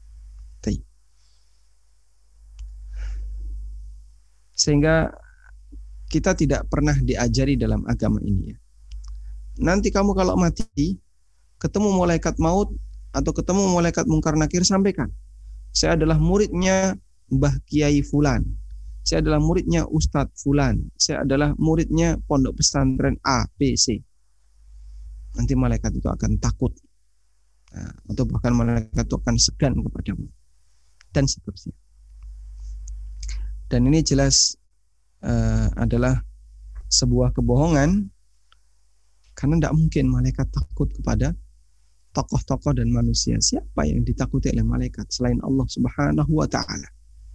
Sehingga kita tidak pernah diajari dalam agama ini. Nanti kamu kalau mati, ketemu malaikat maut atau ketemu malaikat mungkar nakir, sampaikan, saya adalah muridnya Mbah Kiai Fulan, saya adalah muridnya Ustadz Fulan, saya adalah muridnya pondok pesantren A, B, C. Nanti malaikat itu akan takut, atau bahkan malaikat itu akan segan kepadamu, dan seterusnya. Dan ini jelas adalah sebuah kebohongan, karena tidak mungkin malaikat takut kepada tokoh-tokoh dan manusia. Siapa yang ditakuti oleh malaikat selain Allah Subhanahu wa Ta'ala?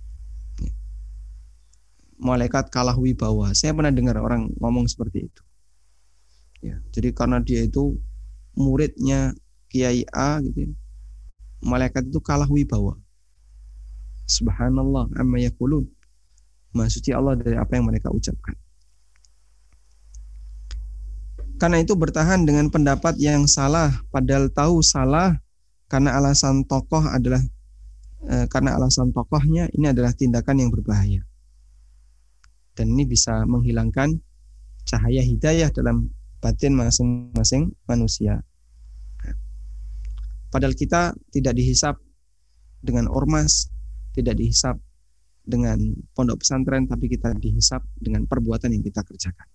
Malaikat kalah wibawa. Saya pernah dengar orang ngomong seperti itu. Ya, jadi karena dia itu muridnya Kiai A, gitu, malaikat itu kalah wibawa. Subhanallah amma yaqulun. Maha suci Allah dari apa yang mereka ucapkan. Karena itu bertahan dengan pendapat yang salah, padahal tahu salah karena alasan tokoh adalah karena alasan tokohnya, ini adalah tindakan yang berbahaya. Dan ini bisa menghilangkan cahaya hidayah dalam batin masing-masing manusia. Padahal kita tidak dihisab dengan ormas, tidak dihisab dengan pondok pesantren, tapi kita dihisab dengan perbuatan yang kita kerjakan.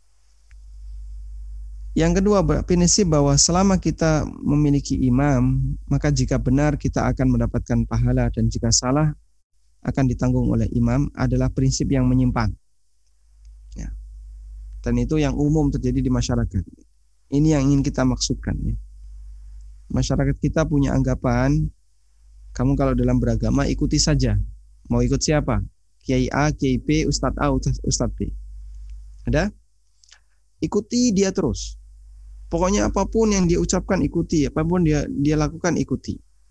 Yang kedua, prinsip bahwa selama kita memiliki imam, maka jika benar kita akan mendapatkan pahala, dan jika salah akan ditanggung oleh imam, adalah prinsip yang menyimpang. Ya. Dan itu yang umum terjadi di masyarakat. Ini yang ingin kita maksudkan. Ya. Masyarakat kita punya anggapan, kamu kalau dalam beragama ikuti saja. Mau ikut siapa? Kiai A, Kiai B, Ustadz A, Ustadz B. Ada? Ikuti dia terus. Pokoknya apapun yang dia ucapkan ikuti, apapun dia lakukan ikuti.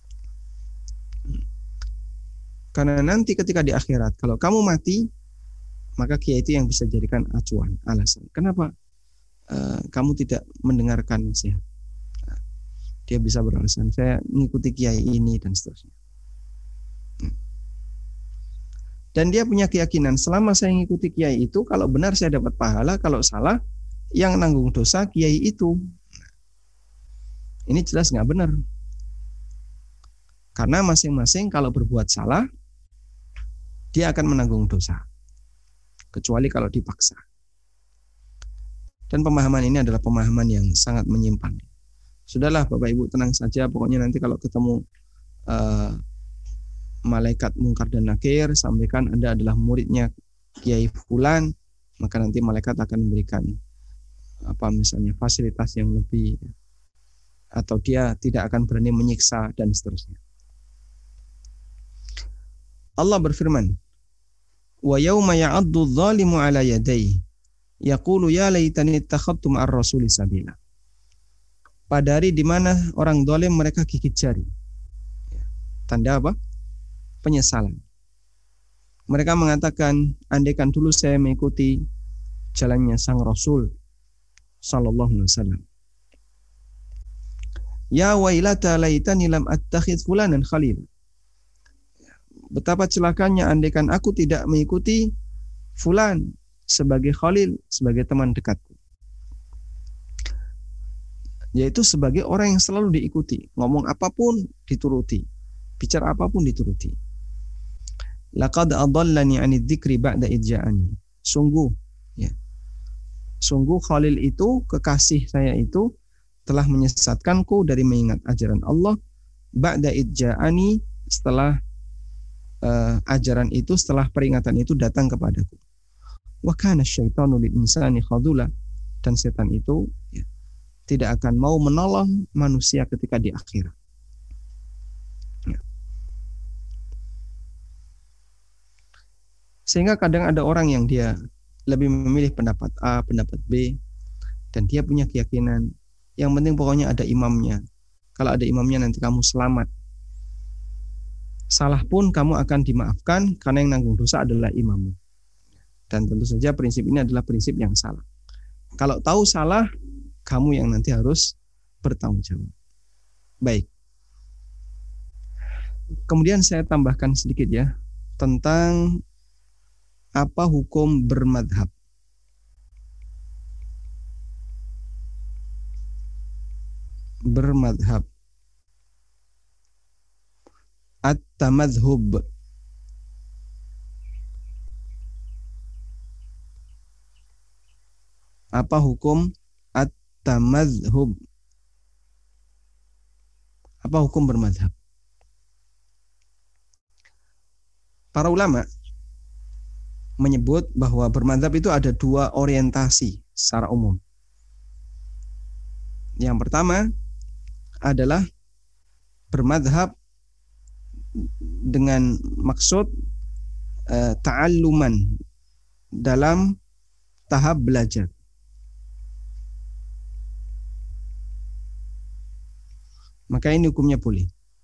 Karena nanti ketika di akhirat, kalau kamu mati, maka kiai itu yang bisa jadikan acuan, alasan. Kenapa kamu tidak mendengarkan nasihat? Dia bisa beralasan, saya mengikuti kiai ini dan seterusnya. Dan dia punya keyakinan, selama saya mengikuti kiai itu, kalau benar saya dapat pahala, kalau salah, yang nanggung dosa kiai itu. Ini jelas nggak benar. Karena masing-masing kalau berbuat salah, dia akan menanggung dosa. Kecuali kalau dipaksa. Dan pemahaman ini adalah pemahaman yang sangat menyimpang. Sudahlah Bapak Ibu, tenang saja, pokoknya nanti kalau ketemu malaikat Munkar dan Nakir, sampaikan Anda adalah muridnya Kiai Fulan, maka nanti malaikat akan memberikan misalnya fasilitas yang lebih, atau dia tidak akan berani menyiksa dan seterusnya. Allah berfirman, wa yauma ya'addu adh-dhalimu 'ala yadayhi yaqulu ya laitani ittakhadtu ma'ar rasuli sabila. Pada hari di mana orang zalim mereka gigit jari. Tanda apa? Penyesalan. Mereka mengatakan, andaikan dulu saya mengikuti jalannya sang Rasul sallallahu alaihi wasallam. Ya wailata laitani lam attakhidh fulanan khalil. Betapa celakanya andaikan aku tidak mengikuti fulan sebagai khalil, sebagai teman dekatku. Yaitu sebagai orang yang selalu diikuti, ngomong apapun dituruti, bicara apapun dituruti. Laqad adallani 'anid dzikri ba'da id ja'ani. Sungguh Khalil itu, kekasih saya itu telah menyesatkanku dari mengingat ajaran Allah ba'da id ja'ani, setelah ajaran itu, setelah peringatan itu datang kepadaku. Wa kana syaitanu lil insani khadula, dan setan itu tidak akan mau menolong manusia ketika di akhirat. Sehingga kadang ada orang yang dia lebih memilih pendapat A, pendapat B, dan dia punya keyakinan yang penting pokoknya ada imamnya. Kalau ada imamnya nanti kamu selamat. Salah pun kamu akan dimaafkan karena yang nanggung dosa adalah imammu. Dan tentu saja prinsip ini adalah prinsip yang salah. Kalau tahu salah, kamu yang nanti harus bertanggung jawab. Baik. Kemudian saya tambahkan sedikit ya tentang apa hukum bermadhab. Bermadhab. At-tamadhub. Apa hukum at-tamadhub? Apa hukum bermadhab? Para ulama menyebut bahwa bermadhab itu ada dua orientasi secara umum. Yang pertama adalah bermadhab dengan maksud ta'alluman, dalam tahap belajar. Maka ini hukumnya boleh.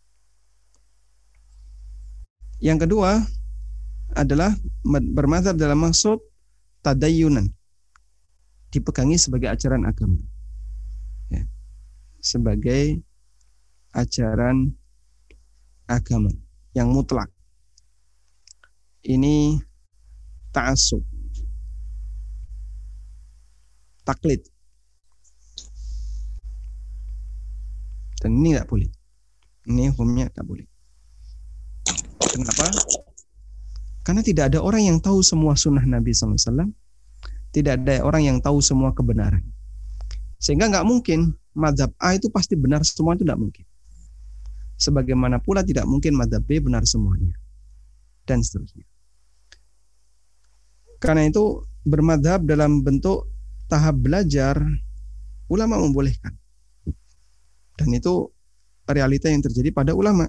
Yang kedua adalah bermadzhab dalam maksud tadayyunan, dipegangi sebagai ajaran agama, ya, sebagai ajaran agama yang mutlak. Ini ta'assub, taklid, dan ini tidak boleh. Ini hukumnya tidak boleh. Kenapa? Karena tidak ada orang yang tahu semua sunnah Nabi SAW. Tidak ada orang yang tahu semua kebenaran. Sehingga nggak mungkin mazhab A itu pasti benar semua, itu tidak mungkin. Sebagaimana pula tidak mungkin mazhab B benar semuanya. Dan seterusnya. Karena itu bermadzhab dalam bentuk tahap belajar, ulama membolehkan. Dan itu realita yang terjadi pada ulama.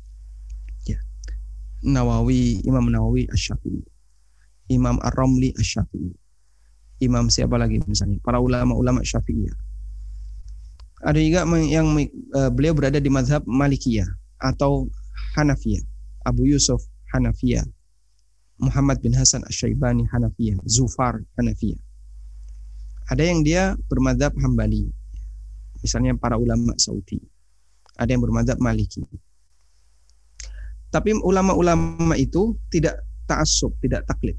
Nawawi, Imam Nawawi Asy-Syafi'i, Imam Ar-Ramli Asy-Syafi'i, Imam siapa lagi misalnya, para ulama-ulama Syafi'iyah. Ada juga yang beliau berada di mazhab Malikiyah atau Hanafiyah, Abu Yusuf Hanafiyah, Muhammad bin Hasan Asy-Syaibani Hanafiyah, Zufar Hanafiyah. Ada yang dia bermazhab Hambali, misalnya para ulama Saudi. Ada yang bermazhab Maliki. Tapi ulama-ulama itu tidak ta'assub, tidak taklid.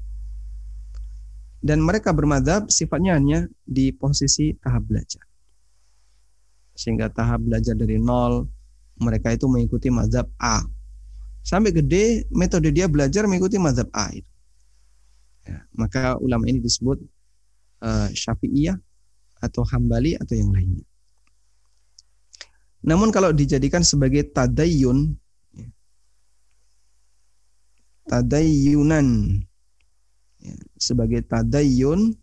Dan mereka bermadzhab sifatnya hanya di posisi tahap belajar. Sehingga tahap belajar dari nol, mereka itu mengikuti mazhab A. Sampai gede, metode dia belajar mengikuti mazhab A itu. Ya, maka ulama ini disebut Syafi'iyah atau Hambali atau yang lainnya. Namun kalau dijadikan sebagai tadayyun, tadayyunan, sebagai tadayyun,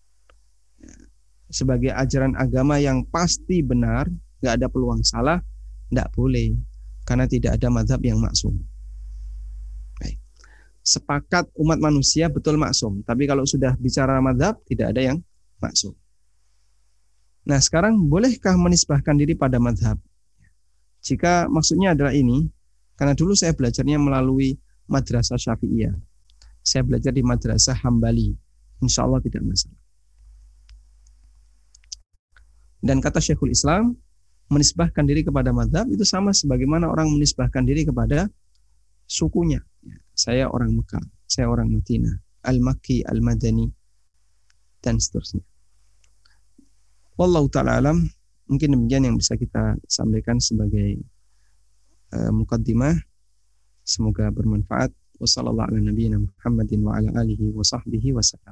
sebagai ajaran agama yang pasti benar, nggak ada peluang salah, nggak boleh, karena tidak ada mazhab yang maksum. Baik. Sepakat umat manusia betul maksum, tapi kalau sudah bicara mazhab tidak ada yang maksum. Nah, sekarang bolehkah menisbahkan diri pada mazhab? Jika maksudnya adalah ini, karena dulu saya belajarnya melalui madrasah Syafi'iyah, saya belajar di madrasah Hambali, insya Allah tidak masalah. Dan kata Syekhul Islam, menisbahkan diri kepada mazhab itu sama sebagaimana orang menisbahkan diri kepada sukunya. Saya orang Mekah, saya orang Madinah, Al-Makki, Al-Madani, dan seterusnya. Wallahu ta'ala alam, mungkin demikian yang bisa kita sampaikan sebagai mukaddimah. Semoga bermanfaat. Wassallallahu ala nabiyyina Muhammadin wa ala alihi wa sahbihi wasallam.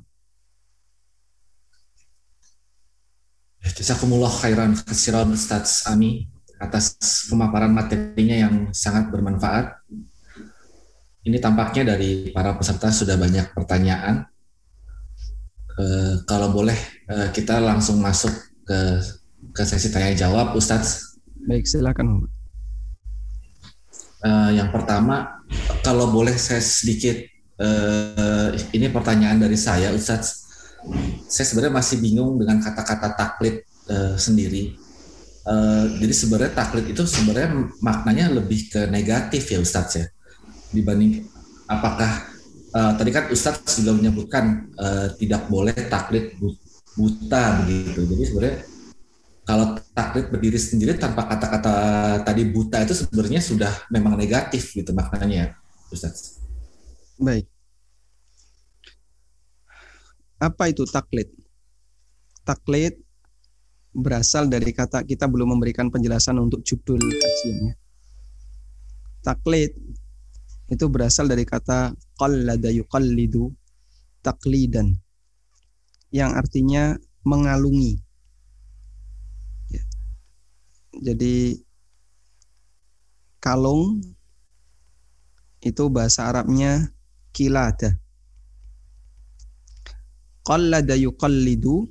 Jazakumullah khairan katsiran Ustaz Ami atas pemaparan materinya yang sangat bermanfaat. Ini tampaknya dari para peserta sudah banyak pertanyaan. Kalau boleh kita langsung masuk ke sesi tanya jawab, Ustaz. Baik, silakan. Yang pertama, kalau boleh saya sedikit, ini pertanyaan dari saya, Ustaz. Saya sebenarnya masih bingung dengan kata-kata taklid sendiri. Jadi sebenarnya taklid itu sebenarnya maknanya lebih ke negatif ya Ustaz ya, dibanding apakah tadi kan Ustaz juga menyebutkan tidak boleh taklid buta begitu. Jadi sebenarnya kalau taklid berdiri sendiri tanpa kata-kata tadi buta itu sebenarnya sudah memang negatif gitu maknanya Ustaz. Baik. Apa itu taklid? Taklid berasal dari kata, kita belum memberikan penjelasan untuk judul kajiannya. Taklid itu berasal dari kata qallada yuqallidu taklidan, yang artinya mengalungi. Ya. Jadi kalung itu bahasa Arabnya kilada. Qallada yuqallidu,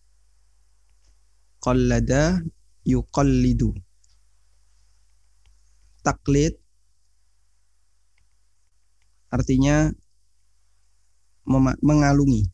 qallada yuqallidu. Taklid artinya mengalungi,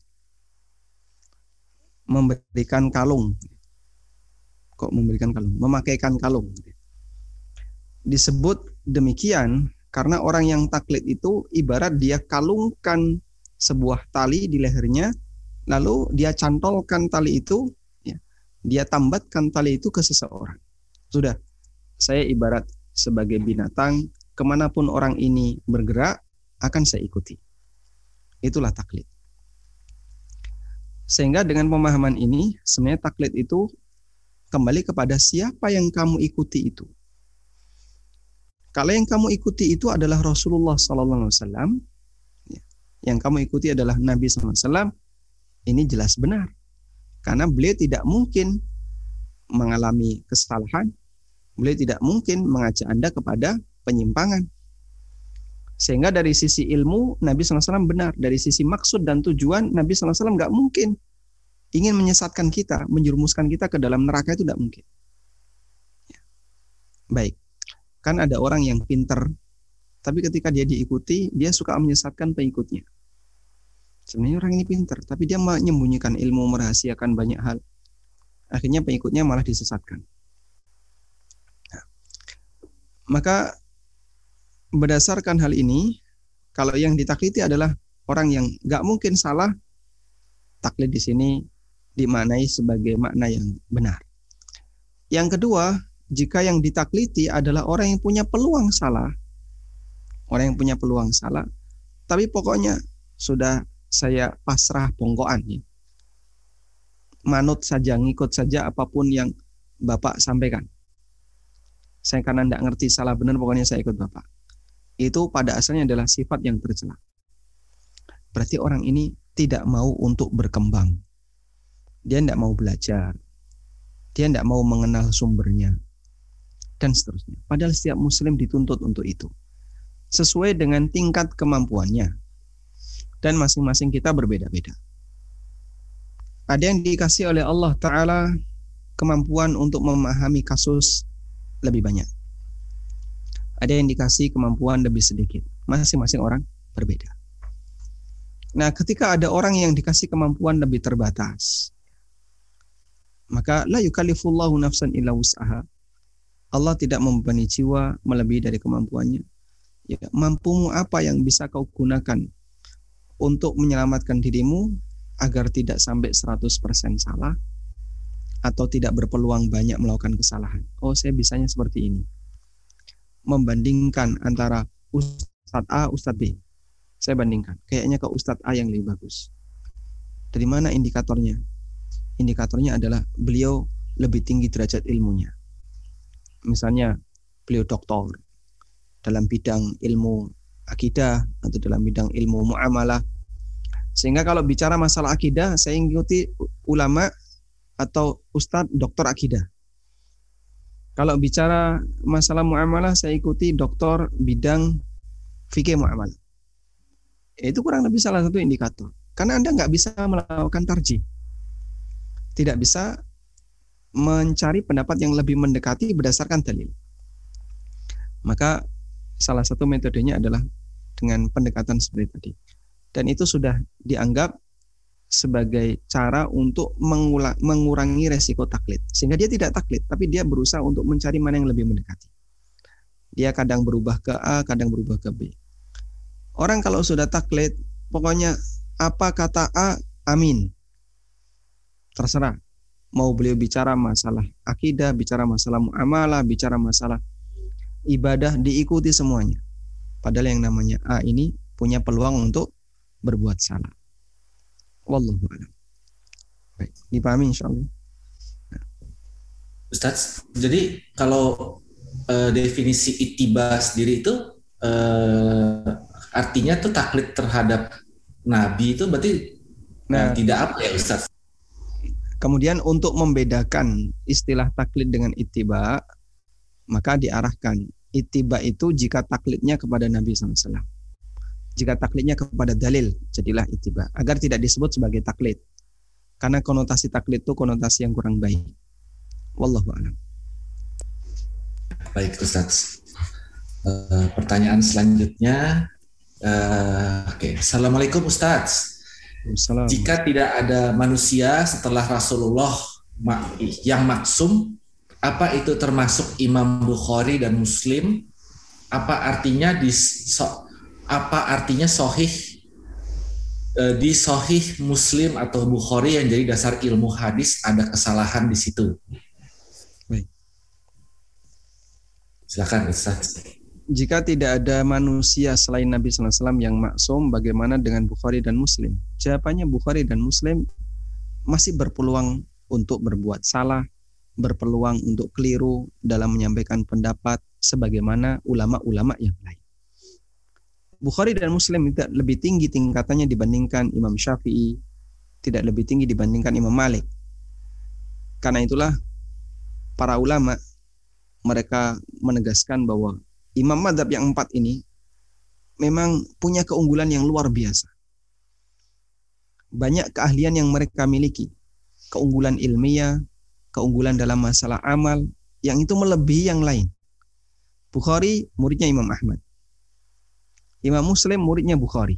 memberikan kalung. Kok memberikan kalung? Memakaikan kalung. Disebut demikian karena orang yang taklid itu ibarat dia kalungkan sebuah tali di lehernya, lalu dia cantolkan tali itu, ya, dia tambatkan tali itu ke seseorang. Sudah, saya ibarat sebagai binatang, kemanapun orang ini bergerak, akan saya ikuti. Itulah taklid. Sehingga dengan pemahaman ini, sebenarnya taklid itu kembali kepada siapa yang kamu ikuti itu. Kalau yang kamu ikuti itu adalah Rasulullah SAW, yang kamu ikuti adalah Nabi SAW, ini jelas benar. Karena beliau tidak mungkin mengalami kesalahan, beliau tidak mungkin mengajak Anda kepada penyimpangan. Sehingga dari sisi ilmu, Nabi SAW benar. Dari sisi maksud dan tujuan, Nabi SAW nggak mungkin ingin menyesatkan kita, menjerumuskan kita ke dalam neraka, itu tidak mungkin. Baik, kan ada orang yang pinter, tapi ketika dia diikuti, dia suka menyesatkan pengikutnya. Sebenarnya orang ini pintar, tapi dia menyembunyikan ilmu, merahasiakan banyak hal. Akhirnya pengikutnya malah disesatkan. Nah, maka berdasarkan hal ini, kalau yang ditaklidi adalah orang yang nggak mungkin salah, taklid di sini dimaknai sebagai makna yang benar. Yang kedua, jika yang ditaklidi adalah orang yang punya peluang salah, tapi pokoknya sudah saya pasrah bongkoan, ya. Manut saja, ngikut saja apapun yang Bapak sampaikan. Saya karena tidak ngerti salah benar, pokoknya saya ikut Bapak. Itu pada asalnya adalah sifat yang tercela. Berarti orang ini tidak mau untuk berkembang. Dia tidak mau belajar. Dia tidak mau mengenal sumbernya. dan seterusnya. Padahal setiap muslim dituntut untuk itu sesuai dengan tingkat kemampuannya, dan masing-masing kita berbeda-beda. Ada yang dikasih oleh Allah Ta'ala kemampuan untuk memahami kasus lebih banyak, ada yang dikasih kemampuan lebih sedikit. Masing-masing orang berbeda. Nah, ketika ada orang yang dikasih kemampuan lebih terbatas, maka la yukallifullahu nafsan illa wus'aha. Allah tidak membebani jiwa melebihi dari kemampuannya. Ya, mampumu apa yang bisa kau gunakan untuk menyelamatkan dirimu agar tidak sampai 100% salah atau tidak berpeluang banyak melakukan kesalahan. Oh, saya bisanya seperti ini. Membandingkan antara Ustadz A, Ustadz B. Saya bandingkan, kayaknya ke Ustadz A yang lebih bagus. Dari mana indikatornya? Indikatornya adalah beliau lebih tinggi derajat ilmunya. Misalnya beliau doktor dalam bidang ilmu akidah atau dalam bidang ilmu muamalah. Sehingga kalau bicara masalah akidah, saya ikuti ulama atau ustadz doktor akidah. Kalau bicara masalah muamalah, saya ikuti doktor bidang fikih muamalah. Itu kurang lebih salah satu indikator. Karena Anda nggak bisa melakukan tarjih. Tidak bisa mencari pendapat yang lebih mendekati berdasarkan dalil. Maka salah satu metodenya adalah dengan pendekatan seperti tadi. Dan itu sudah dianggap sebagai cara untuk mengurangi resiko taklid. Sehingga dia tidak taklid, tapi dia berusaha untuk mencari mana yang lebih mendekati. Dia kadang berubah ke A, kadang berubah ke B. Orang kalau sudah taklid, pokoknya apa kata A, amin. Terserah. Mau beliau bicara masalah akidah, bicara masalah muamalah, bicara masalah ibadah, diikuti semuanya. Padahal yang namanya A ini punya peluang untuk berbuat salah. Wallahu a'lam. Baik, dipahami insyaallah. Ustaz, jadi kalau definisi ittiba sendiri itu artinya tuh taklid terhadap Nabi itu berarti tidak apa ya Ustaz? Kemudian untuk membedakan istilah taklid dengan ittiba, maka diarahkan ittiba itu jika taklidnya kepada Nabi SAW. Jika taklidnya kepada dalil, jadilah ittiba. Agar tidak disebut sebagai taklid. Karena konotasi taklid itu konotasi yang kurang baik. Wallahu a'lam. Baik Ustaz. Pertanyaan selanjutnya. Assalamualaikum Ustaz. Jika tidak ada manusia setelah Rasulullah yang maksum, apa itu termasuk Imam Bukhari dan Muslim? Apa artinya sahih di sahih Muslim atau Bukhari yang jadi dasar ilmu hadis ada kesalahan di situ? Baik. Silakan Ustaz. Jika tidak ada manusia selain Nabi SAW yang maksum, bagaimana dengan Bukhari dan Muslim? Jawabannya Bukhari dan Muslim masih berpeluang untuk berbuat salah, berpeluang untuk keliru dalam menyampaikan pendapat sebagaimana ulama-ulama yang lain. Bukhari dan Muslim tidak lebih tinggi tingkatannya dibandingkan Imam Syafi'i, tidak lebih tinggi dibandingkan Imam Malik. Karena itulah para ulama mereka menegaskan bahwa Imam Madzhab yang 4 ini memang punya keunggulan yang luar biasa. Banyak keahlian yang mereka miliki, keunggulan ilmiah, keunggulan dalam masalah amal, yang itu melebihi yang lain. Bukhari muridnya Imam Ahmad. Imam Muslim muridnya Bukhari.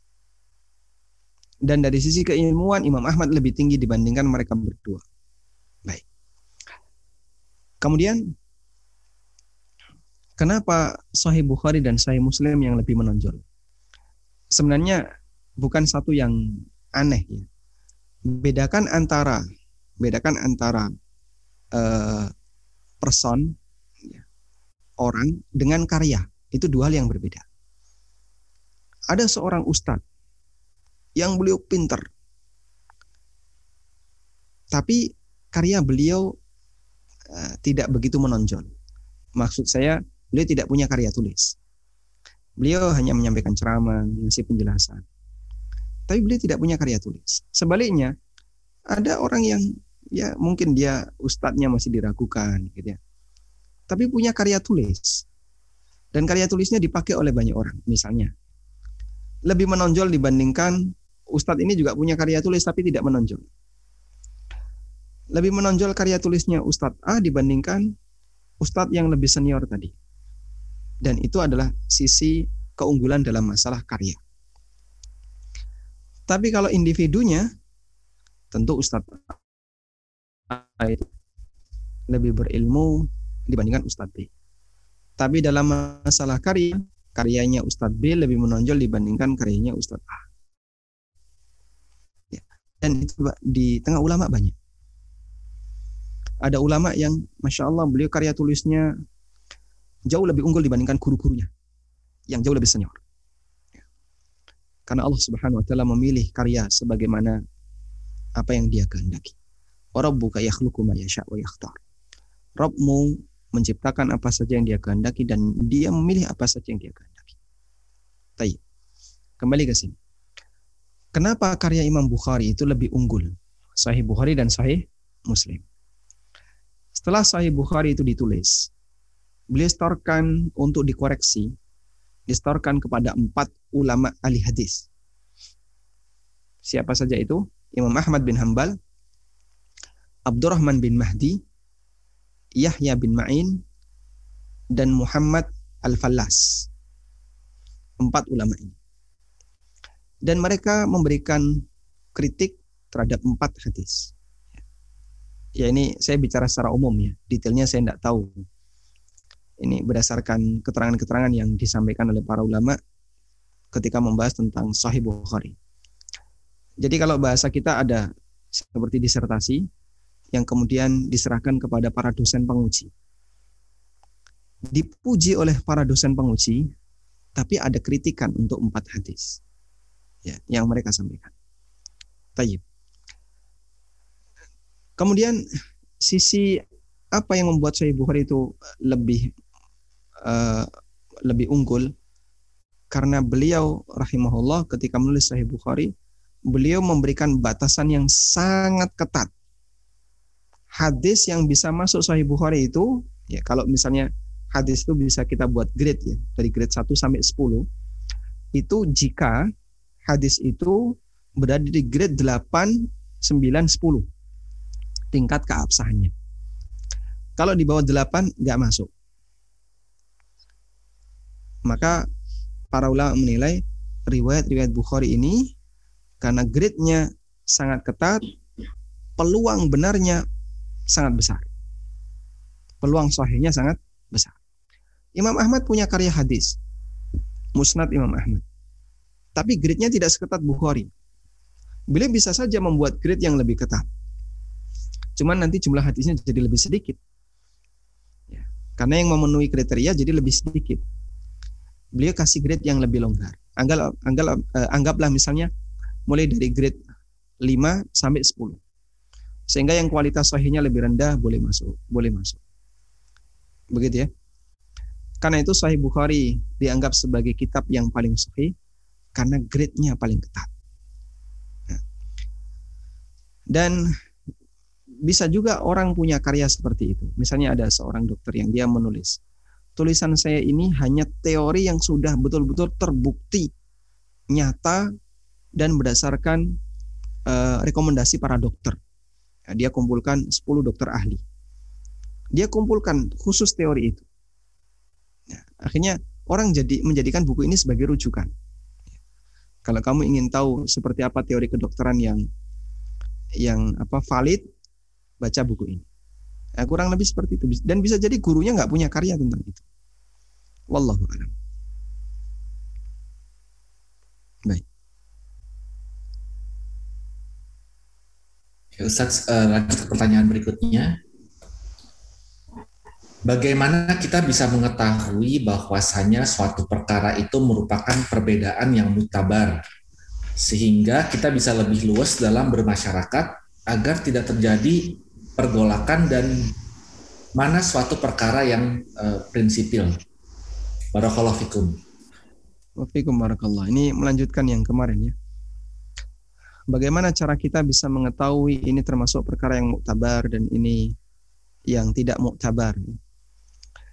Dan dari sisi keilmuan Imam Ahmad lebih tinggi dibandingkan mereka berdua. Baik. Kemudian kenapa Sahih Bukhari dan Sahih Muslim yang lebih menonjol? Sebenarnya bukan satu yang aneh ya. Bedakan antara person ya, orang dengan karya, itu dua hal yang berbeda. Ada seorang ustadz yang beliau pinter, tapi karya beliau tidak begitu menonjol. Maksud saya, beliau tidak punya karya tulis. Beliau hanya menyampaikan ceramah, ngasih penjelasan. Tapi beliau tidak punya karya tulis. Sebaliknya, ada orang yang ya mungkin dia ustadznya masih diragukan gitu ya. tapi punya karya tulis. Dan karya tulisnya dipakai oleh banyak orang. Misalnya, lebih menonjol dibandingkan Ustadz ini juga punya karya tulis tapi tidak menonjol. Lebih menonjol karya tulisnya Ustadz A dibandingkan Ustadz yang lebih senior tadi. Dan itu adalah sisi keunggulan dalam masalah karya. Tapi kalau individunya, tentu Ustadz A itu lebih berilmu dibandingkan Ustadz B. Tapi dalam masalah karya, karyanya Ustadz B lebih menonjol dibandingkan karyanya Ustadz A. Ya. Dan itu di tengah ulama banyak. Ada ulama yang Masya Allah beliau karya tulisnya jauh lebih unggul dibandingkan guru-gurunya yang jauh lebih senior. Karena Allah Subhanahu wa taala memilih karya sebagaimana apa yang Dia kehendaki. Wa rabbuka yakhluqu ma yasha' wa yakhtar. Rabbmu menciptakan apa saja yang Dia kehendaki dan Dia memilih apa saja yang Dia kehendaki. Baik. Kembali ke sini. Kenapa karya Imam Bukhari itu lebih unggul? Sahih Bukhari dan Sahih Muslim. Setelah Sahih Bukhari itu ditulis, beliau setorkan untuk dikoreksi, disetorkan kepada 4 ulama ahli hadis. Siapa saja itu? Imam Ahmad bin Hanbal, Abdurrahman bin Mahdi, Yahya bin Ma'in, dan Muhammad Al-Fallas. 4 ulama ini. Dan mereka memberikan kritik terhadap 4 hadis. Ya ini saya bicara secara umum ya, detailnya saya tidak tahu. Ini berdasarkan keterangan-keterangan yang disampaikan oleh para ulama ketika membahas tentang Sahih Bukhari. Jadi kalau bahasa kita ada seperti disertasi yang kemudian diserahkan kepada para dosen penguji. Dipuji oleh para dosen penguji, tapi ada kritikan untuk 4 hadis ya, yang mereka sampaikan. Tayyib. Kemudian sisi apa yang membuat Sahih Bukhari itu lebih unggul, karena beliau rahimahullah ketika menulis Sahih Bukhari, beliau memberikan batasan yang sangat ketat. Hadis yang bisa masuk Sahih Bukhari itu, ya kalau misalnya hadis itu bisa kita buat grade ya, dari grade 1 sampai 10, itu jika hadis itu berada di grade 8, 9, 10. Tingkat keabsahannya. Kalau di bawah 8 nggak masuk. Maka para ulama menilai riwayat-riwayat Bukhari ini karena grade-nya sangat ketat, peluang benarnya sangat besar. Peluang sahihnya sangat besar. Imam Ahmad punya karya hadis, Musnad Imam Ahmad. Tapi grade-nya tidak seketat Bukhari. Beliau bisa saja membuat grade yang lebih ketat. Cuman nanti jumlah hadisnya jadi lebih sedikit. Ya, karena yang memenuhi kriteria jadi lebih sedikit. Beliau kasih grade yang lebih longgar. Anggaplah misalnya mulai dari grade 5 sampai 10. Sehingga yang kualitas sahihnya lebih rendah boleh masuk. Begitu ya. Karena itu Sahih Bukhari dianggap sebagai kitab yang paling sahih karena grade-nya paling ketat. Nah. Dan bisa juga orang punya karya seperti itu. Misalnya ada seorang dokter yang dia menulis, tulisan saya ini hanya teori yang sudah betul-betul terbukti, nyata, dan berdasarkan rekomendasi para dokter. Nah, dia kumpulkan 10 dokter ahli. Dia kumpulkan khusus teori itu. Nah, akhirnya orang menjadikan buku ini sebagai rujukan. Kalau kamu ingin tahu seperti apa teori kedokteran yang valid, baca buku ini. Nah, kurang lebih seperti itu. Dan bisa jadi gurunya nggak punya karya tentang itu. Wallahu a'lam. Baik. Ustaz, lanjut ke pertanyaan berikutnya. Bagaimana kita bisa mengetahui bahwasanya suatu perkara itu merupakan perbedaan yang mutabar, sehingga kita bisa lebih luas dalam bermasyarakat agar tidak terjadi pergolakan dan mana suatu perkara yang prinsipil. Barakallahu fikum. Wafikum barakallah. Ini melanjutkan yang kemarin ya. Bagaimana cara kita bisa mengetahui ini termasuk perkara yang muktabar dan ini yang tidak muktabar.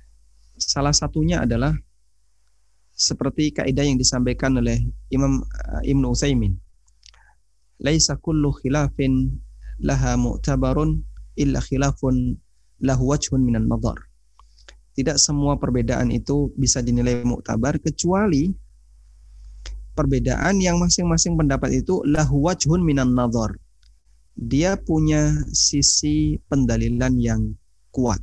Salah satunya adalah seperti kaidah yang disampaikan oleh Imam Ibnu Utsaimin. Laisa kullu khilafin laha mu'tabarun illa khilafun lahu wajhun minan nadhar. Tidak semua perbedaan itu bisa dinilai muktabar kecuali perbedaan yang masing-masing pendapat itu lahu wajhun minan nadhar. Dia punya sisi pendalilan yang kuat.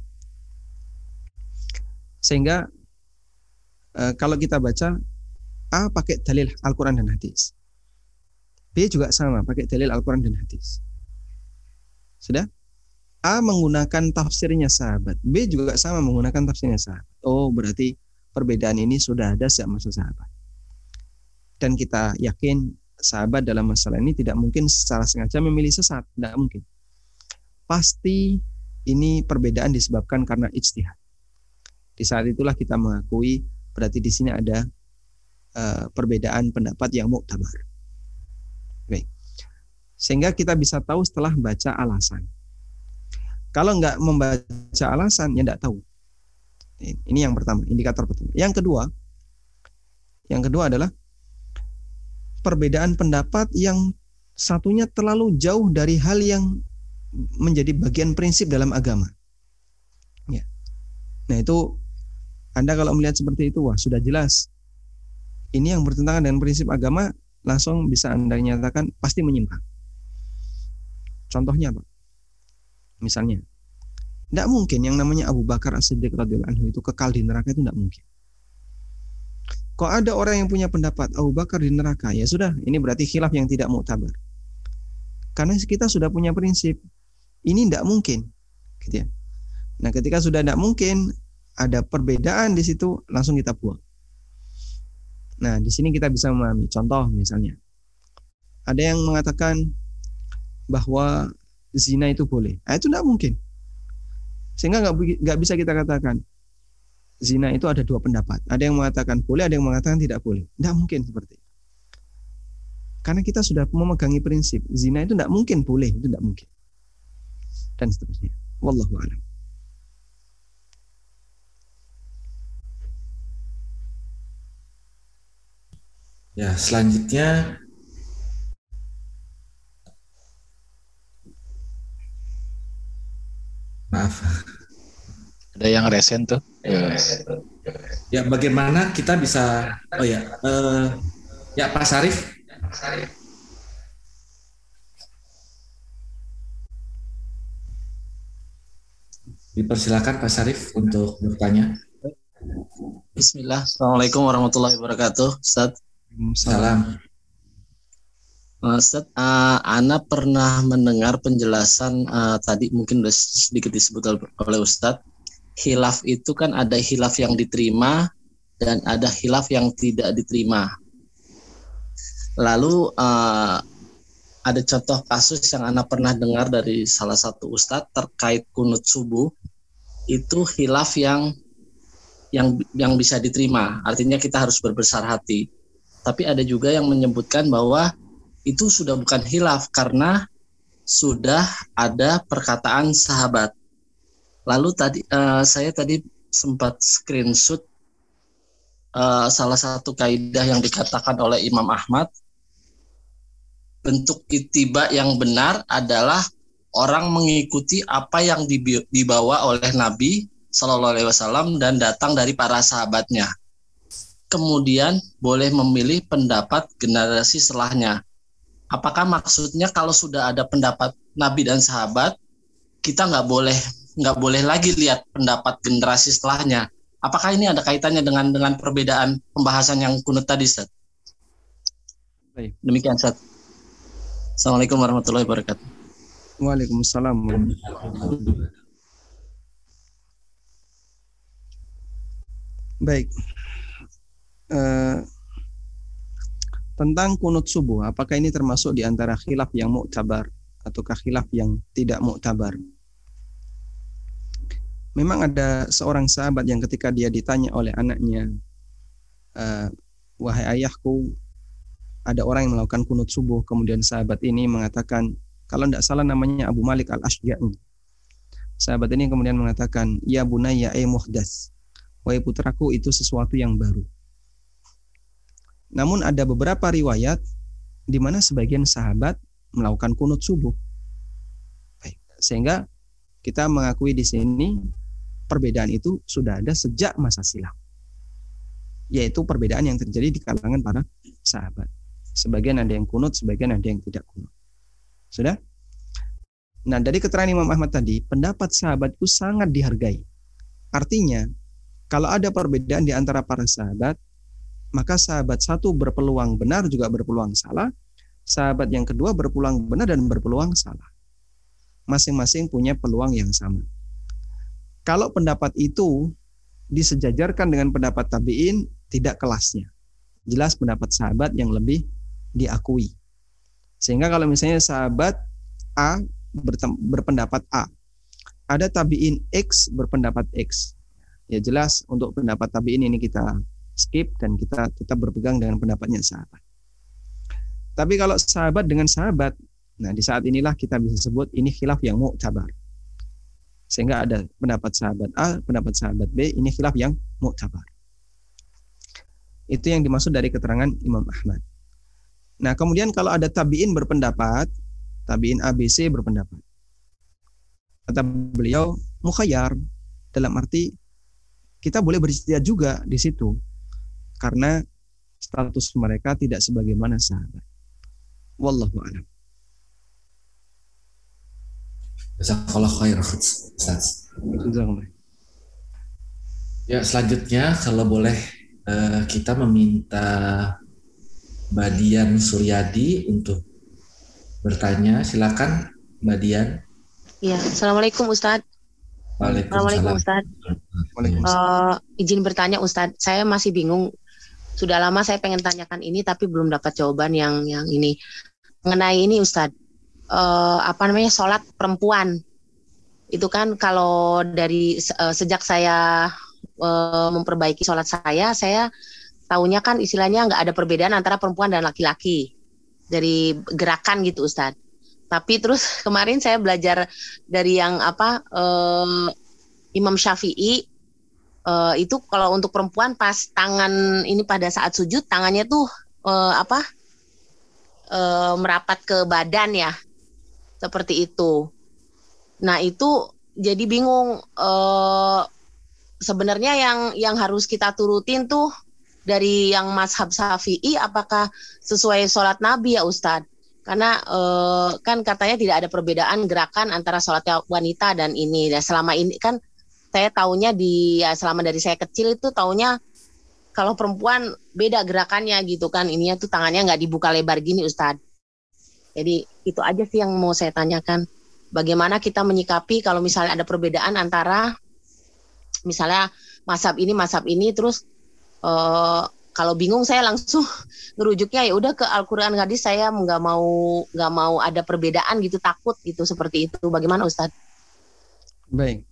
Sehingga kalau kita baca, A pakai dalil Al-Quran dan hadis, B juga sama pakai dalil Al-Quran dan hadis. Sudah? A menggunakan tafsirnya sahabat, B juga sama menggunakan tafsirnya sahabat. Oh, berarti perbedaan ini sudah ada sejak masa sahabat. Dan kita yakin sahabat dalam masalah ini tidak mungkin secara sengaja memilih sesat, tidak mungkin. Pasti ini perbedaan disebabkan karena ijtihad. Di saat itulah kita mengakui berarti di sini ada perbedaan pendapat yang muktabar. Baik. Sehingga kita bisa tahu setelah baca alasan. Kalau nggak membaca alasan, ya nggak tahu. Ini yang pertama, indikator pertama. Yang kedua adalah perbedaan pendapat yang satunya terlalu jauh dari hal yang menjadi bagian prinsip dalam agama. Ya. Nah itu Anda kalau melihat seperti itu, wah sudah jelas. Ini yang bertentangan dengan prinsip agama, langsung bisa Anda nyatakan pasti menyimpang. Contohnya apa? Misalnya, tidak mungkin yang namanya Abu Bakar As-Siddiq radhiyallahu anhu itu kekal di neraka, itu tidak mungkin. Kok ada orang yang punya pendapat Abu Bakar di neraka, ya sudah, ini berarti khilaf yang tidak muktabar. Karena kita sudah punya prinsip, ini tidak mungkin, gitu ya. Nah, ketika sudah tidak mungkin, ada perbedaan di situ, langsung kita buang. Nah, di sini kita bisa memahami. Contoh misalnya, ada yang mengatakan bahwa zina itu boleh. Nah, itu tidak mungkin. Sehingga nggak bisa kita katakan zina itu ada dua pendapat. Ada yang mengatakan boleh, ada yang mengatakan tidak boleh. Tidak mungkin seperti itu. Karena kita sudah memegangi prinsip zina itu tidak mungkin boleh, itu tidak mungkin. Dan seterusnya. Wallahu a'lam. Ya, selanjutnya maaf. Ada yang resen tuh. Ya, bagaimana kita bisa ya Pak Syarif. Dipersilakan Pak Syarif untuk bertanya. Bismillah. Assalamualaikum warahmatullahi wabarakatuh. Ustaz. Salam. Ustaz, Ana pernah mendengar penjelasan tadi mungkin sudah sedikit disebut oleh Ustaz. Khilaf itu kan ada khilaf yang diterima dan ada khilaf yang tidak diterima. Lalu ada contoh kasus yang Ana pernah dengar dari salah satu Ustaz terkait kunut subuh. Itu khilaf yang bisa diterima. Artinya kita harus berbesar hati. Tapi ada juga yang menyebutkan bahwa itu sudah bukan khilaf karena sudah ada perkataan sahabat. Lalu saya tadi sempat screenshot salah satu kaidah yang dikatakan oleh Imam Ahmad. Bentuk ittiba yang benar adalah orang mengikuti apa yang dibawa oleh Nabi Sallallahu Alaihi Wasallam dan datang dari para sahabatnya. Kemudian boleh memilih pendapat generasi setelahnya. Apakah maksudnya kalau sudah ada pendapat Nabi dan sahabat, kita nggak boleh lagi lihat pendapat generasi setelahnya? Apakah ini ada kaitannya dengan perbedaan pembahasan yang kunut tadi, Ustaz? Baik. Demikian, Ustaz. Assalamualaikum warahmatullahi wabarakatuh. Waalaikumsalam. Baik. Tentang kunut subuh, apakah ini termasuk di antara khilaf yang muktabar ataukah khilaf yang tidak muktabar? Memang ada seorang sahabat yang ketika dia ditanya oleh anaknya, wahai ayahku, ada orang yang melakukan kunut subuh, kemudian sahabat ini mengatakan, kalau tidak salah namanya Abu Malik Al-Ashja'i. Sahabat ini kemudian mengatakan, ya bunayya muhdas, wahai putraku, itu sesuatu yang baru. Namun ada beberapa riwayat di mana sebagian sahabat melakukan kunut subuh. Baik. Sehingga kita mengakui di sini perbedaan itu sudah ada sejak masa silam. Yaitu perbedaan yang terjadi di kalangan para sahabat. Sebagian ada yang kunut, sebagian ada yang tidak kunut. Sudah? Nah, dari keterangan Imam Ahmad tadi, pendapat sahabat itu sangat dihargai. Artinya, kalau ada perbedaan di antara para sahabat, maka sahabat satu berpeluang benar juga berpeluang salah, sahabat yang kedua berpeluang benar dan berpeluang salah. Masing-masing punya peluang yang sama. Kalau pendapat itu disejajarkan dengan pendapat tabi'in, tidak kelasnya. Jelas pendapat sahabat yang lebih diakui. Sehingga kalau misalnya sahabat A berpendapat A, ada tabi'in X berpendapat X, ya jelas untuk pendapat tabi'in ini kita skip dan kita tetap berpegang dengan pendapatnya sahabat. Tapi kalau sahabat dengan sahabat, nah di saat inilah kita bisa sebut ini khilaf yang mu'tabar. Sehingga ada pendapat sahabat A, pendapat sahabat B, ini khilaf yang mu'tabar. Itu yang dimaksud dari keterangan Imam Ahmad. Nah, kemudian kalau ada tabi'in berpendapat, tabi'in ABC berpendapat, kata beliau mukhayyar, dalam arti kita boleh berijtihad juga di situ karena status mereka tidak sebagaimana sahabat. Wallahu a'lam. Jazakallahu khairan, Ustaz. Ya, selanjutnya kalau boleh kita meminta Mbak Dian Suryadi untuk bertanya. Silakan Mbak Dian. Ya, Assalamualaikum Ustadz. Assalamualaikum Ustadz. Izin bertanya Ustadz, saya masih bingung. Sudah lama saya pengen tanyakan ini tapi belum dapat jawaban yang ini. Mengenai ini Ustadz, sholat perempuan. Itu kan kalau dari sejak saya memperbaiki sholat saya tahunya kan istilahnya nggak ada perbedaan antara perempuan dan laki-laki dari gerakan gitu Ustadz. Tapi terus kemarin saya belajar dari yang Imam Syafi'i, itu kalau untuk perempuan pas tangan ini pada saat sujud tangannya tuh merapat ke badan ya, seperti itu. Nah itu jadi bingung, sebenarnya yang harus kita turutin tuh dari yang mazhab Syafi'i apakah sesuai sholat Nabi ya Ustadz? Karena kan katanya tidak ada perbedaan gerakan antara sholat wanita dan ini. Dan selama ini kan saya taunya selama dari saya kecil itu taunya kalau perempuan beda gerakannya gitu kan. Ininya tuh tangannya nggak dibuka lebar gini Ustadz. Jadi itu aja sih yang mau saya tanyakan. Bagaimana kita menyikapi kalau misalnya ada perbedaan antara misalnya mazhab ini terus kalau bingung saya langsung ngerujuknya ya udah ke Al-Qur'an hadis, saya nggak mau ada perbedaan gitu, takut gitu seperti itu. Bagaimana Ustadz? Baik.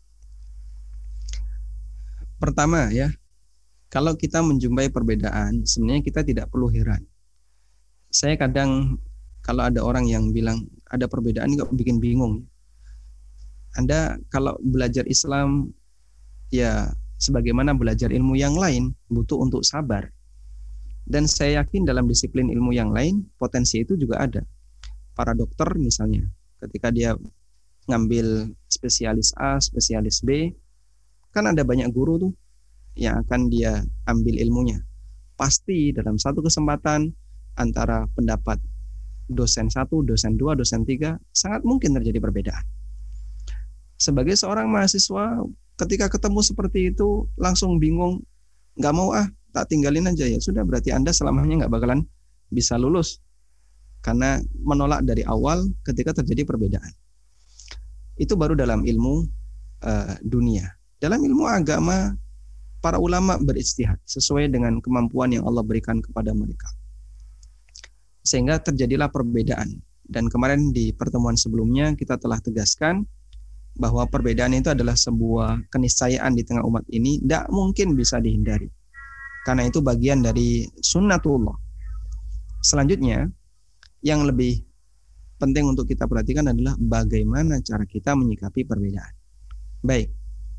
Pertama ya, kalau kita menjumpai perbedaan sebenarnya kita tidak perlu heran. Saya kadang kalau ada orang yang bilang ada perbedaan kok bikin bingung. Anda kalau belajar Islam ya sebagaimana belajar ilmu yang lain, butuh untuk sabar. Dan saya yakin dalam disiplin ilmu yang lain, potensi itu juga ada. Para dokter misalnya, ketika dia ngambil spesialis A, spesialis B, kan ada banyak guru tuh yang akan dia ambil ilmunya. Pasti dalam satu kesempatan antara pendapat dosen 1, dosen 2, dosen 3, sangat mungkin terjadi perbedaan. Sebagai seorang mahasiswa, ketika ketemu seperti itu langsung bingung, nggak mau tak tinggalin aja ya sudah, berarti Anda selamanya nggak bakalan bisa lulus karena menolak dari awal ketika terjadi perbedaan. Itu baru dalam ilmu dunia. Dalam ilmu agama para ulama berijtihad sesuai dengan kemampuan yang Allah berikan kepada mereka, sehingga terjadilah perbedaan. Dan kemarin di pertemuan sebelumnya kita telah tegaskan bahwa perbedaan itu adalah sebuah keniscayaan di tengah umat ini, tidak mungkin bisa dihindari. Karena itu bagian dari sunnatullah. Selanjutnya, yang lebih penting untuk kita perhatikan adalah bagaimana cara kita menyikapi perbedaan. Baik,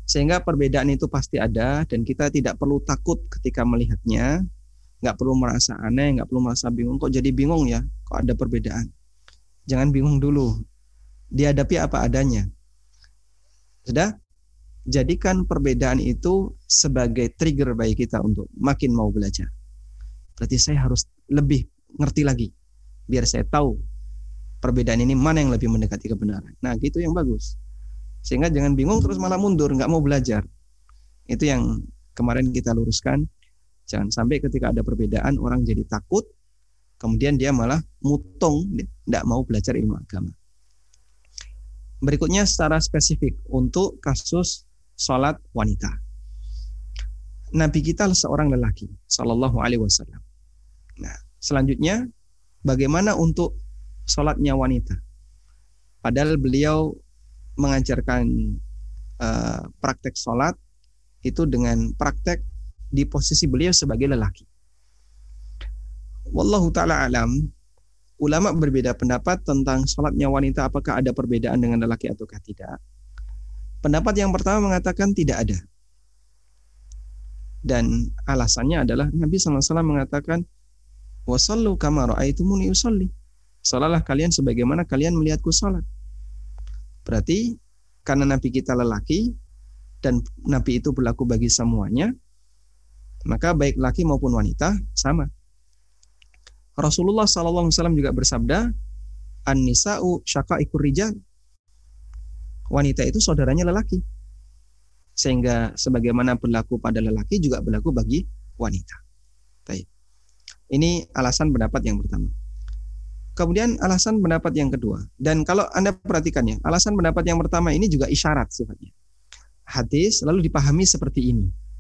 Sehingga perbedaan itu pasti ada dan kita tidak perlu takut ketika melihatnya, nggak perlu merasa aneh, nggak perlu merasa bingung. Kok jadi bingung ya? Kok ada perbedaan? Jangan bingung dulu. Dihadapi apa adanya. Sudah? Jadikan perbedaan itu sebagai trigger bagi kita untuk makin mau belajar. Berarti saya harus lebih ngerti lagi. Biar saya tahu perbedaan ini mana yang lebih mendekati kebenaran. Nah, gitu yang bagus. Sehingga jangan bingung terus malah mundur, nggak mau belajar. Itu yang kemarin kita luruskan. Jangan sampai ketika ada perbedaan orang jadi takut, kemudian dia malah mutung, tidak mau belajar ilmu agama. Berikutnya secara spesifik untuk kasus sholat wanita. Nabi kita seorang lelaki, Sallallahu Alaihi Wasallam. Nah, selanjutnya bagaimana untuk sholatnya wanita? Padahal beliau mengajarkan praktek sholat itu dengan praktek di posisi beliau sebagai lelaki. Wallahu ta'ala alam, ulama berbeda pendapat tentang sholatnya wanita, apakah ada perbedaan dengan lelaki ataukah tidak. Pendapat yang pertama mengatakan tidak ada. Dan alasannya adalah Nabi SAW mengatakan, wasallu kama ra'aitumuni usalli. Sholatlah kalian sebagaimana kalian melihatku sholat. Berarti karena Nabi kita lelaki dan Nabi itu berlaku bagi semuanya, maka baik laki maupun wanita sama. Rasulullah SAW juga bersabda, an-nisa'u syaqaiqur rijal. Wanita itu saudaranya lelaki. Sehingga sebagaimana berlaku pada lelaki juga berlaku bagi wanita. Baik. Ini alasan pendapat yang pertama. Kemudian alasan pendapat yang kedua. Dan kalau Anda perhatikan ya, alasan pendapat yang pertama ini juga isyarat sifatnya. Hadis lalu dipahami seperti ini.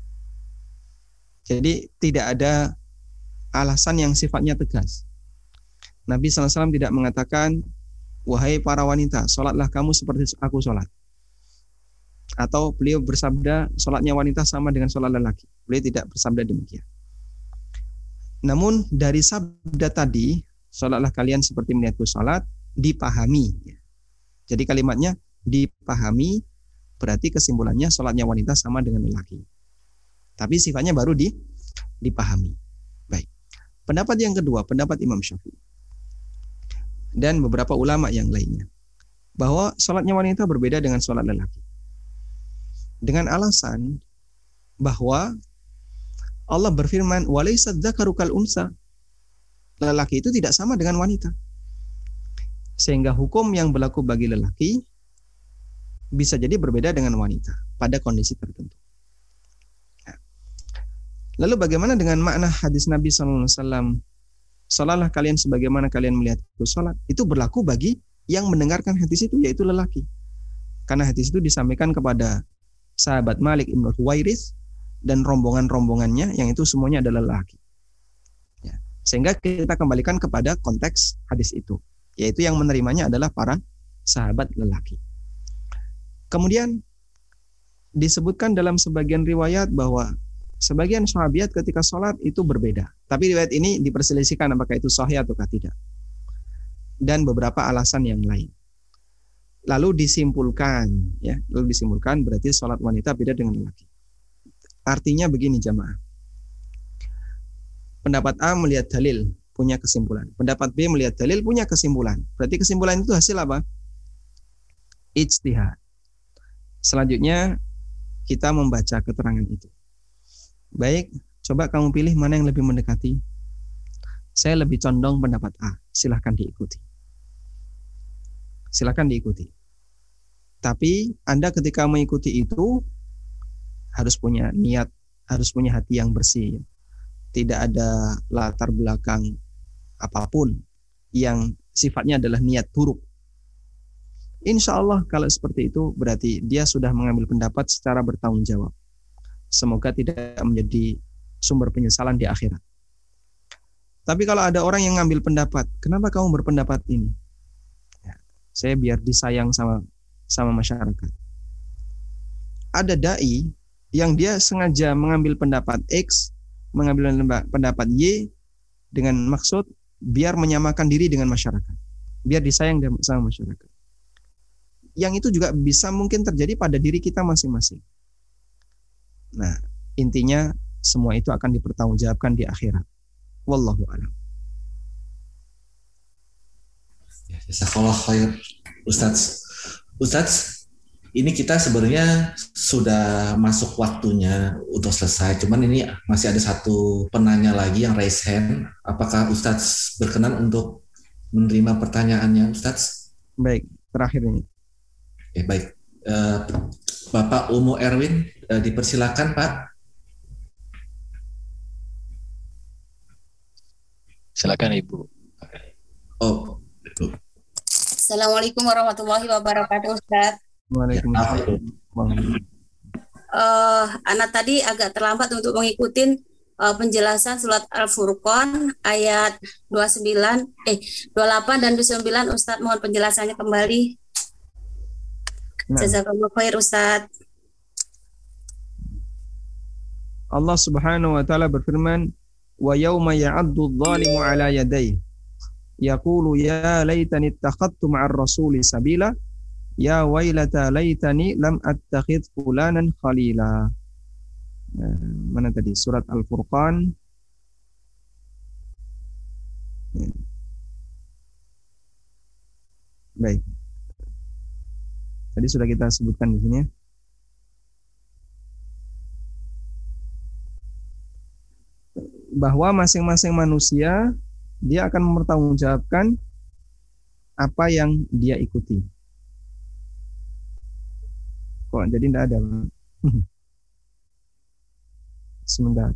Jadi tidak ada alasan yang sifatnya tegas. Nabi SAW tidak mengatakan, wahai para wanita, sholatlah kamu seperti aku sholat. Atau beliau bersabda, sholatnya wanita sama dengan sholat lelaki. Beliau tidak bersabda demikian. Namun dari sabda tadi, sholatlah kalian seperti melihatku sholat, dipahami. Jadi kalimatnya dipahami, berarti kesimpulannya sholatnya wanita sama dengan lelaki. Tapi sifatnya baru dipahami. Baik. Pendapat yang kedua, pendapat Imam Syafi'i. Dan beberapa ulama yang lainnya. Bahwa sholatnya wanita berbeda dengan sholat lelaki. Dengan alasan bahwa Allah berfirman, walaysa dzakaru kal unsa. Lelaki itu tidak sama dengan wanita. Sehingga hukum yang berlaku bagi lelaki bisa jadi berbeda dengan wanita pada kondisi tertentu. Nah, lalu bagaimana dengan makna hadis Nabi SAW? Salatlah kalian sebagaimana kalian melihatku salat. Itu berlaku bagi yang mendengarkan hadis itu, yaitu lelaki. Karena hadis itu disampaikan kepada sahabat Malik Ibn Huwairis dan rombongan-rombongannya yang itu semuanya adalah lelaki. Sehingga kita kembalikan kepada konteks hadis itu, yaitu yang menerimanya adalah para sahabat lelaki. Kemudian disebutkan dalam sebagian riwayat bahwa sebagian sahabiat ketika sholat itu berbeda. Tapi riwayat ini diperselisihkan apakah itu sahih ataukah tidak. Dan beberapa alasan yang lain. Lalu disimpulkan berarti sholat wanita beda dengan lelaki. Artinya begini jamaah. Pendapat A melihat dalil, punya kesimpulan. Pendapat B melihat dalil, punya kesimpulan. Berarti kesimpulan itu hasil apa? Ijtihad. Selanjutnya kita membaca keterangan itu. Baik, coba kamu pilih mana yang lebih mendekati. Saya lebih condong pendapat A. Silahkan diikuti. Silahkan diikuti. Tapi Anda ketika mengikuti itu harus punya niat, harus punya hati yang bersih. Tidak ada latar belakang apapun yang sifatnya adalah niat buruk. Insya Allah kalau seperti itu berarti dia sudah mengambil pendapat secara bertanggung jawab. Semoga tidak menjadi sumber penyesalan di akhirat. Tapi kalau ada orang yang ngambil pendapat, kenapa kamu berpendapat ini? Ya, saya biar disayang sama masyarakat. Ada dai yang dia sengaja mengambil pendapat X, mengambil pendapat Y dengan maksud biar menyamakan diri dengan masyarakat, biar disayang sama masyarakat. Yang itu juga bisa mungkin terjadi pada diri kita masing-masing. Nah, intinya semua itu akan dipertanggungjawabkan di akhirat. Wallahu a'lam. Jazakallah khair, Ustadz, ini kita sebenarnya sudah masuk waktunya untuk selesai. Cuman ini masih ada satu penanya lagi yang raise hand. Apakah Ustadz berkenan untuk menerima pertanyaannya, Ustadz? Baik, terakhir ini. Oke, baik. Bapak Umu Erwin, dipersilakan, Pak. Silakan Ibu. Oh, Ibu. Assalamualaikum warahmatullahi wabarakatuh, Ustaz. Waalaikumsalam. Anak tadi agak terlambat untuk mengikuti penjelasan surat Al-Furqan ayat 28 dan 29. Ustaz, mohon penjelasannya kembali. Jazakallahu khair, Ustaz. Allah Subhanahu wa taala berfirman, "Wa yauma ya'addu adh-dhalimu 'ala yadayhi yaqulu ya laitani ittakhadtu ma'ar rasuli sabila ya wailata laitani lam attakhidh fulanan khalila." Mana tadi? Surat Al-Furqan. Baik. Tadi sudah kita sebutkan di sini ya. Bahwa masing-masing manusia dia akan mempertanggungjawabkan apa yang dia ikuti. Kok jadi tidak ada? Sebentar.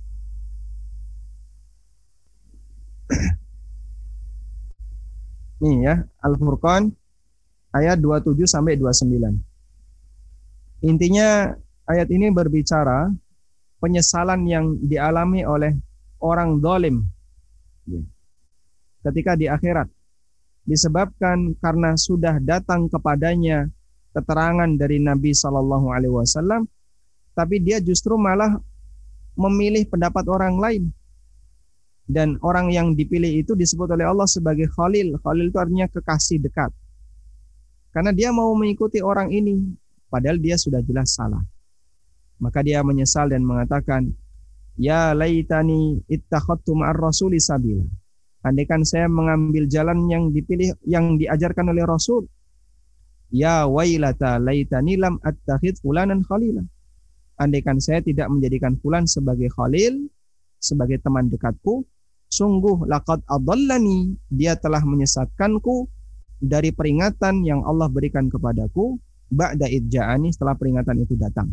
Nih ya, Al-Furqan ayat 27 sampai 29. Intinya ayat ini berbicara penyesalan yang dialami oleh orang zalim ketika di akhirat disebabkan karena sudah datang kepadanya keterangan dari Nabi Shallallahu Alaihi Wasallam, tapi dia justru malah memilih pendapat orang lain, dan orang yang dipilih itu disebut oleh Allah sebagai Khalil. Khalil itu artinya kekasih dekat, karena dia mau mengikuti orang ini padahal dia sudah jelas salah. Maka dia menyesal dan mengatakan, ya laitani ittakhadtu ma'ar rasuli sabila. Andaikan saya mengambil jalan yang dipilih, yang diajarkan oleh Rasul. Ya wailata laitani lam attakhidh fulanan khalila. Andaikan saya tidak menjadikan fulan sebagai khalil, sebagai teman dekatku, sungguh laqad adallani, dia telah menyesatkanku dari peringatan yang Allah berikan kepadaku, ba'da idja'ani, setelah peringatan itu datang.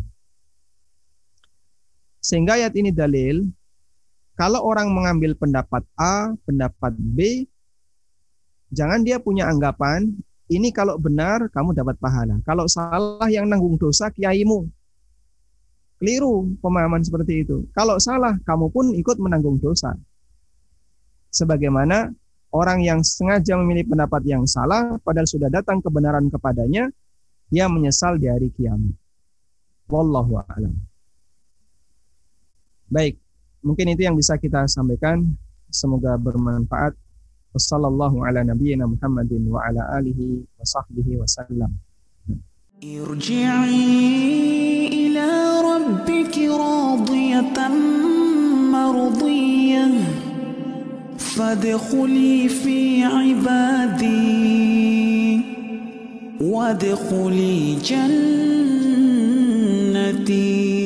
Sehingga ayat ini dalil, kalau orang mengambil pendapat A, pendapat B, jangan dia punya anggapan, ini kalau benar kamu dapat pahala, kalau salah yang nanggung dosa kiaimu. Keliru pemahaman seperti itu. Kalau salah, kamu pun ikut menanggung dosa. Sebagaimana orang yang sengaja memilih pendapat yang salah, padahal sudah datang kebenaran kepadanya, dia menyesal di hari kiamat. Wallahu a'lam. Baik, mungkin itu yang bisa kita sampaikan. Semoga bermanfaat. Wassallallahu ala nabiyyina Muhammadin wa ala alihi wa sahbihi wasallam. Irji'i ila rabbiki radiyatan mardiyah fadkhuli fi ibadi wadkhuli jannati.